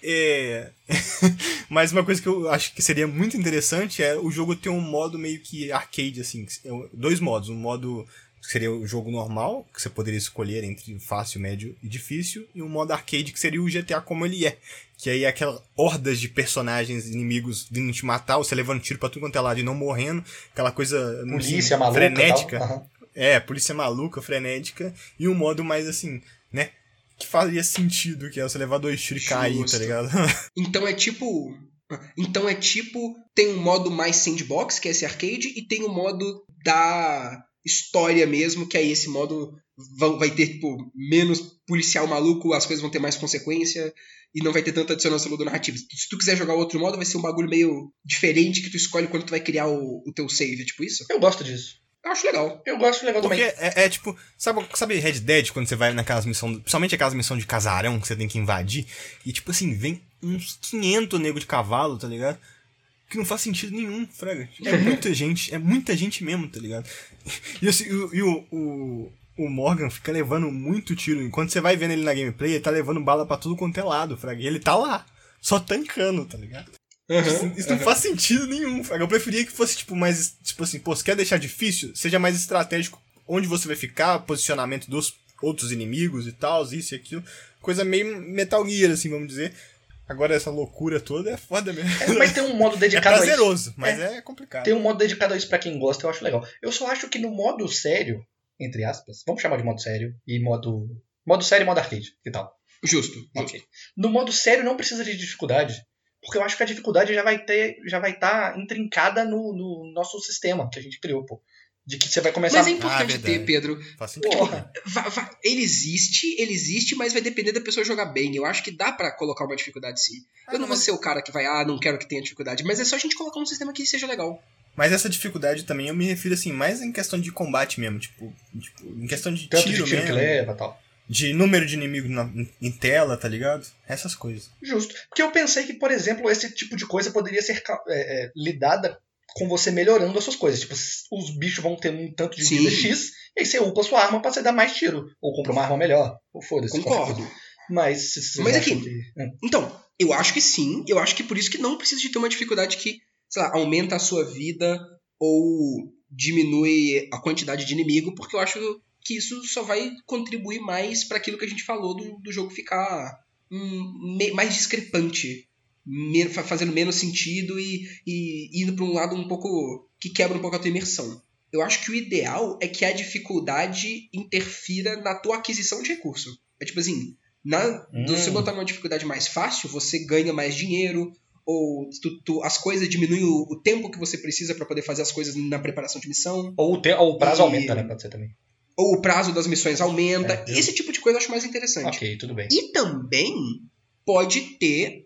Mas uma coisa que eu acho que seria muito interessante é o jogo ter um modo meio que arcade, assim. Dois modos. Um modo que seria o jogo normal, que você poderia escolher entre fácil, médio e difícil, e um modo arcade, que seria o GTA como ele é. Que aí é aquela hordas de personagens inimigos vindo te matar, você levando tiro pra tudo quanto é lado e não morrendo, aquela coisa polícia maluca, frenética. Tal. Polícia maluca, frenética, e um modo mais assim, né, que faria sentido, que é você levar 2 tiros e cair, tá ligado? Então é tipo, tem um modo mais sandbox, que é esse arcade, e tem o modo da história mesmo, que é esse modo vai ter, tipo, menos policial maluco, as coisas vão ter mais consequência e não vai ter tanta dissonância narrativa. Se tu quiser jogar outro modo, vai ser um bagulho meio diferente que tu escolhe quando tu vai criar o teu save, tipo isso. Eu gosto disso. Eu acho legal. Eu gosto legal Porque também. é tipo, sabe Red Dead, quando você vai naquelas missões, principalmente aquelas missões de casarão que você tem que invadir, e tipo assim, vem uns 500 nego de cavalo, tá ligado? Que não faz sentido nenhum, fraga. É muita gente mesmo, tá ligado? E assim, o Morgan fica levando muito tiro. Enquanto você vai vendo ele na gameplay, ele tá levando bala pra tudo quanto é lado, fraga. E ele tá lá, só tancando, tá ligado? Isso não faz sentido nenhum, fraga. Eu preferia que fosse, tipo, mais, tipo assim, pô, você quer deixar difícil? Seja mais estratégico onde você vai ficar, posicionamento dos outros inimigos e tal, isso e aquilo. Coisa meio Metal Gear, assim, vamos dizer. Agora essa loucura toda é foda mesmo. Mas tem um modo dedicado a isso. É prazeroso, mas é complicado. Tem um modo dedicado a isso pra quem gosta, eu acho legal. Eu só acho que no modo sério, entre aspas, vamos chamar de modo sério, e modo sério e modo arcade, que tal? Justo. Ok. No modo sério não precisa de dificuldade, porque eu acho que a dificuldade já vai estar intrincada no nosso sistema que a gente criou, pô. De que você vai começar... Mas é importante ter, Pedro. Faz sentido. Ele existe, mas vai depender da pessoa jogar bem. Eu acho que dá pra colocar uma dificuldade sim. Eu não vou ser o cara que vai, não quero que tenha dificuldade. Mas é só a gente colocar um sistema que seja legal. Mas essa dificuldade também eu me refiro assim, mais em questão de combate mesmo. Tipo em questão de tanto tiro de tiro mesmo. Que leva, tal. De número de inimigos em tela, tá ligado? Essas coisas. Justo. Porque eu pensei que, por exemplo, esse tipo de coisa poderia ser lidada com você melhorando as suas coisas. Tipo, os bichos vão ter um tanto de vida X, e aí você upa a sua arma pra você dar mais tiro. Ou compra uma arma melhor. Ou foda-se. Concordo. Mas aqui... Então, eu acho que sim. Eu acho que por isso que não precisa de ter uma dificuldade que, sei lá, aumenta a sua vida ou diminui a quantidade de inimigo, porque eu acho que isso só vai contribuir mais pra aquilo que a gente falou do jogo ficar mais discrepante. Fazendo menos sentido e indo pra um lado um pouco que quebra um pouco a tua imersão. Eu acho que o ideal é que a dificuldade interfira na tua aquisição de recurso. É tipo assim, se você botar numa dificuldade mais fácil, você ganha mais dinheiro, ou as coisas diminuem o tempo que você precisa pra poder fazer as coisas na preparação de missão. Ou o prazo aumenta, né? Pode ser também. Ou o prazo das missões aumenta. Esse tipo de coisa eu acho mais interessante. Ok, tudo bem. E também pode ter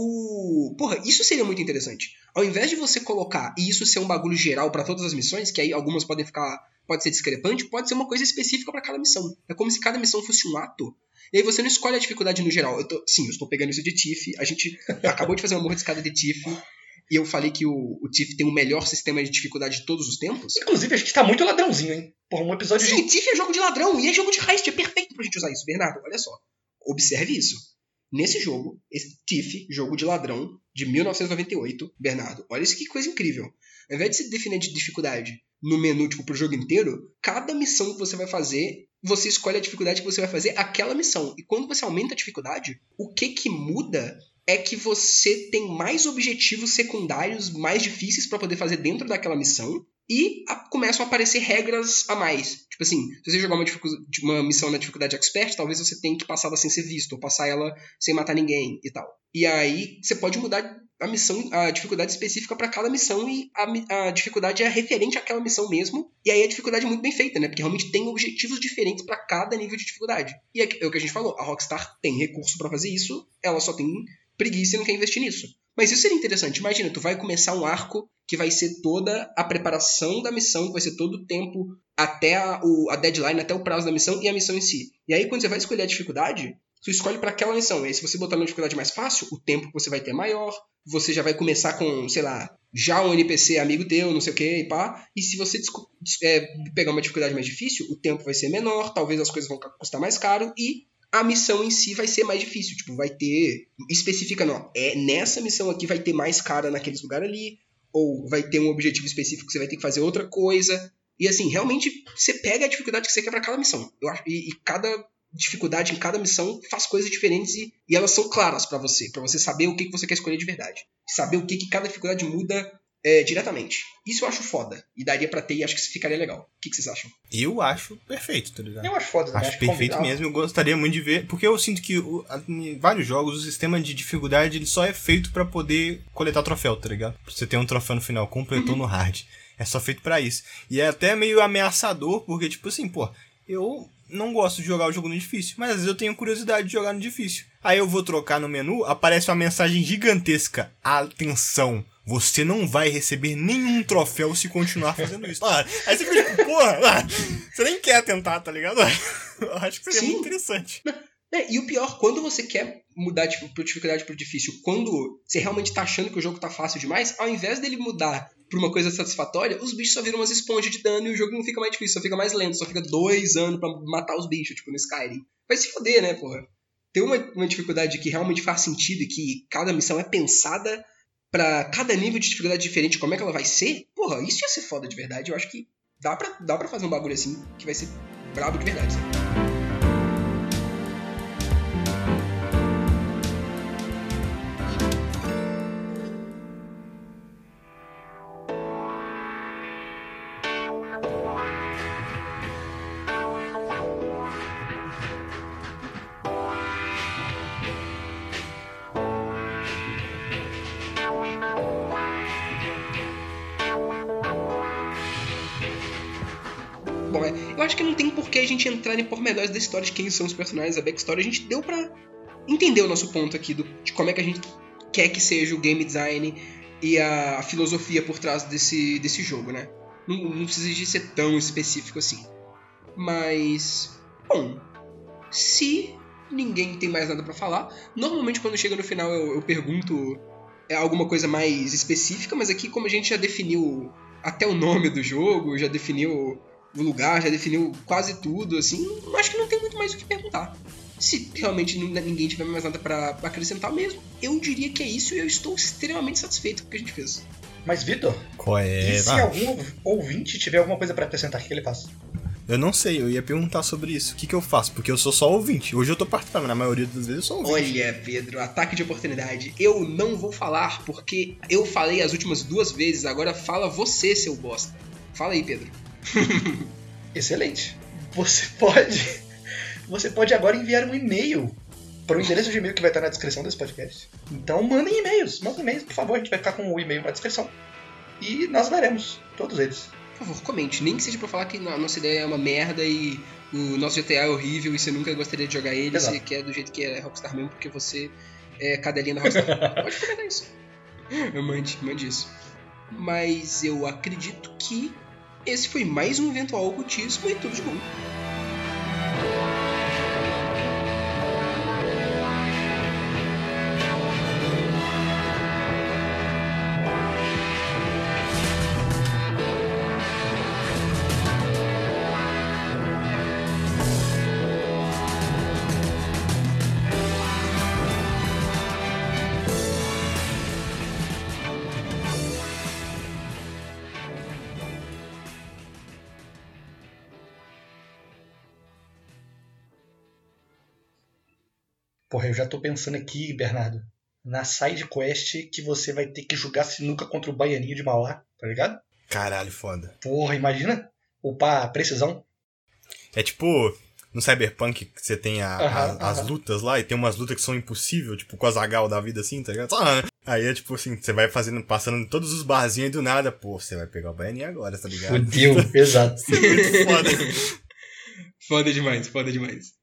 Porra, isso seria muito interessante. Ao invés de você colocar e isso ser um bagulho geral pra todas as missões, que aí algumas podem pode ser discrepante, pode ser uma coisa específica pra cada missão. É como se cada missão fosse um ato. E aí você não escolhe a dificuldade no geral. Eu estou pegando isso de Tiff. A gente acabou de fazer uma mordiscada de Tiff. E eu falei que o Tiff tem o melhor sistema de dificuldade de todos os tempos. Inclusive, a gente tá muito ladrãozinho, hein? Porra, um episódio Sim, Tiff é jogo de ladrão e é jogo de heist. É perfeito pra gente usar isso. Bernardo, olha só. Observe isso. Nesse jogo, esse Tiff, jogo de ladrão, de 1998, Bernardo, olha isso que coisa incrível. Ao invés de se definir de dificuldade no menu, tipo, pro jogo inteiro, cada missão que você vai fazer, você escolhe a dificuldade que você vai fazer aquela missão. E quando você aumenta a dificuldade, o que muda é que você tem mais objetivos secundários mais difíceis pra poder fazer dentro daquela missão e começam a aparecer regras a mais. Tipo assim, se você jogar uma missão na dificuldade Expert, talvez você tenha que passar ela sem ser visto, ou passar ela sem matar ninguém e tal. E aí você pode mudar a dificuldade específica pra cada missão e a dificuldade é referente àquela missão mesmo. E aí a dificuldade é muito bem feita, né? Porque realmente tem objetivos diferentes pra cada nível de dificuldade. E é o que a gente falou, a Rockstar tem recurso pra fazer isso, ela só tem preguiça e não quer investir nisso. Mas isso seria interessante. Imagina, tu vai começar um arco que vai ser toda a preparação da missão, que vai ser todo o tempo até a deadline, até o prazo da missão e a missão em si. E aí, quando você vai escolher a dificuldade, tu escolhe para aquela missão. E aí, se você botar uma dificuldade mais fácil, o tempo que você vai ter é maior. Você já vai começar com, sei lá, já um NPC amigo teu, não sei o que, e pá. E se você pegar uma dificuldade mais difícil, o tempo vai ser menor, talvez as coisas vão custar mais caro e a missão em si vai ser mais difícil. Tipo, vai ter... Especifica, não. Nessa missão aqui vai ter mais cara naqueles lugares ali. Ou vai ter um objetivo específico que você vai ter que fazer outra coisa. E assim, realmente, você pega a dificuldade que você quer pra cada missão. Eu acho, e cada dificuldade em cada missão faz coisas diferentes e elas são claras pra você saber o que você quer escolher de verdade. Saber o que cada dificuldade muda diretamente. Isso eu acho foda. E daria pra ter e acho que ficaria legal. O que vocês acham? Eu acho perfeito, tá ligado? Eu acho foda. Acho perfeito mesmo. Eu gostaria muito de ver. Porque eu sinto que em vários jogos o sistema de dificuldade ele só é feito pra poder coletar troféu, tá ligado? Pra você ter um troféu no final. Completou no hard. É só feito pra isso. E é até meio ameaçador, porque tipo assim, pô, eu não gosto de jogar o jogo no difícil, mas às vezes eu tenho curiosidade de jogar no difícil. Aí eu vou trocar no menu, aparece uma mensagem gigantesca. Atenção, você não vai receber nenhum troféu se continuar fazendo isso. Aí você fica tipo, porra, você nem quer tentar, tá ligado? Eu acho que seria muito interessante. E o pior, quando você quer mudar tipo, por dificuldade pro difícil, quando você realmente tá achando que o jogo tá fácil demais, ao invés dele mudar pra uma coisa satisfatória, os bichos só viram umas esponjas de dano e o jogo não fica mais difícil, só fica mais lento, só fica 2 anos pra matar os bichos, tipo no Skyrim. Vai se foder, né, porra? Ter uma dificuldade que realmente faz sentido e que cada missão é pensada pra cada nível de dificuldade diferente, como é que ela vai ser, porra, isso ia ser foda de verdade. Eu acho que dá pra fazer um bagulho assim que vai ser brabo de verdade, sabe? Bom, eu acho que não tem por que a gente entrar em pormenores da história de quem são os personagens, a backstory. A gente deu pra entender o nosso ponto aqui de como é que a gente quer que seja o game design e a filosofia por trás desse jogo, né? Não precisa de ser tão específico assim. Mas, bom, se ninguém tem mais nada pra falar, normalmente quando chega no final eu pergunto alguma coisa mais específica, mas aqui como a gente já definiu até o nome do jogo, já definiu o lugar, já definiu quase tudo, assim, acho que não tem muito mais o que perguntar. Se realmente ninguém tiver mais nada pra acrescentar mesmo, eu diria que é isso e eu estou extremamente satisfeito com o que a gente fez. Mas, Vitor, qual é? E se algum ouvinte tiver alguma coisa pra acrescentar, o que ele faz? Eu não sei, eu ia perguntar sobre isso. O que eu faço? Porque eu sou só ouvinte. Hoje eu tô participando, na maioria das vezes eu sou ouvinte. Olha, Pedro, ataque de oportunidade. Eu não vou falar porque eu falei as últimas 2 vezes, agora fala você, seu bosta. Fala aí, Pedro. Excelente. Você pode agora enviar um e-mail para o endereço de e-mail que vai estar na descrição desse podcast. Então mandem e-mails, por favor, a gente vai ficar com o e-mail na descrição. E nós leremos todos eles. Por favor, comente, nem que seja pra falar que a nossa ideia é uma merda e o nosso GTA é horrível e você nunca gostaria de jogar ele, Exato. você quer do jeito que é Rockstar mesmo, porque você é cadelinha da Rockstar. Pode comentar isso. Mande isso. Mas eu acredito que esse foi mais um eventual ocultismo e tudo de bom. Porra, eu já tô pensando aqui, Bernardo, na side quest que você vai ter que jogar sinuca contra o Baianinho de Mauá, tá ligado? Caralho, foda. Porra, imagina upar a precisão. É tipo no Cyberpunk que você tem as lutas lá, e tem umas lutas que são impossíveis, tipo com a Zagal da vida assim, tá ligado? Aí é tipo assim, você vai passando em todos os barzinhos e do nada, pô, você vai pegar o Baianinho agora, tá ligado? Fudeu, exato. Isso é muito foda. Foda demais, foda demais.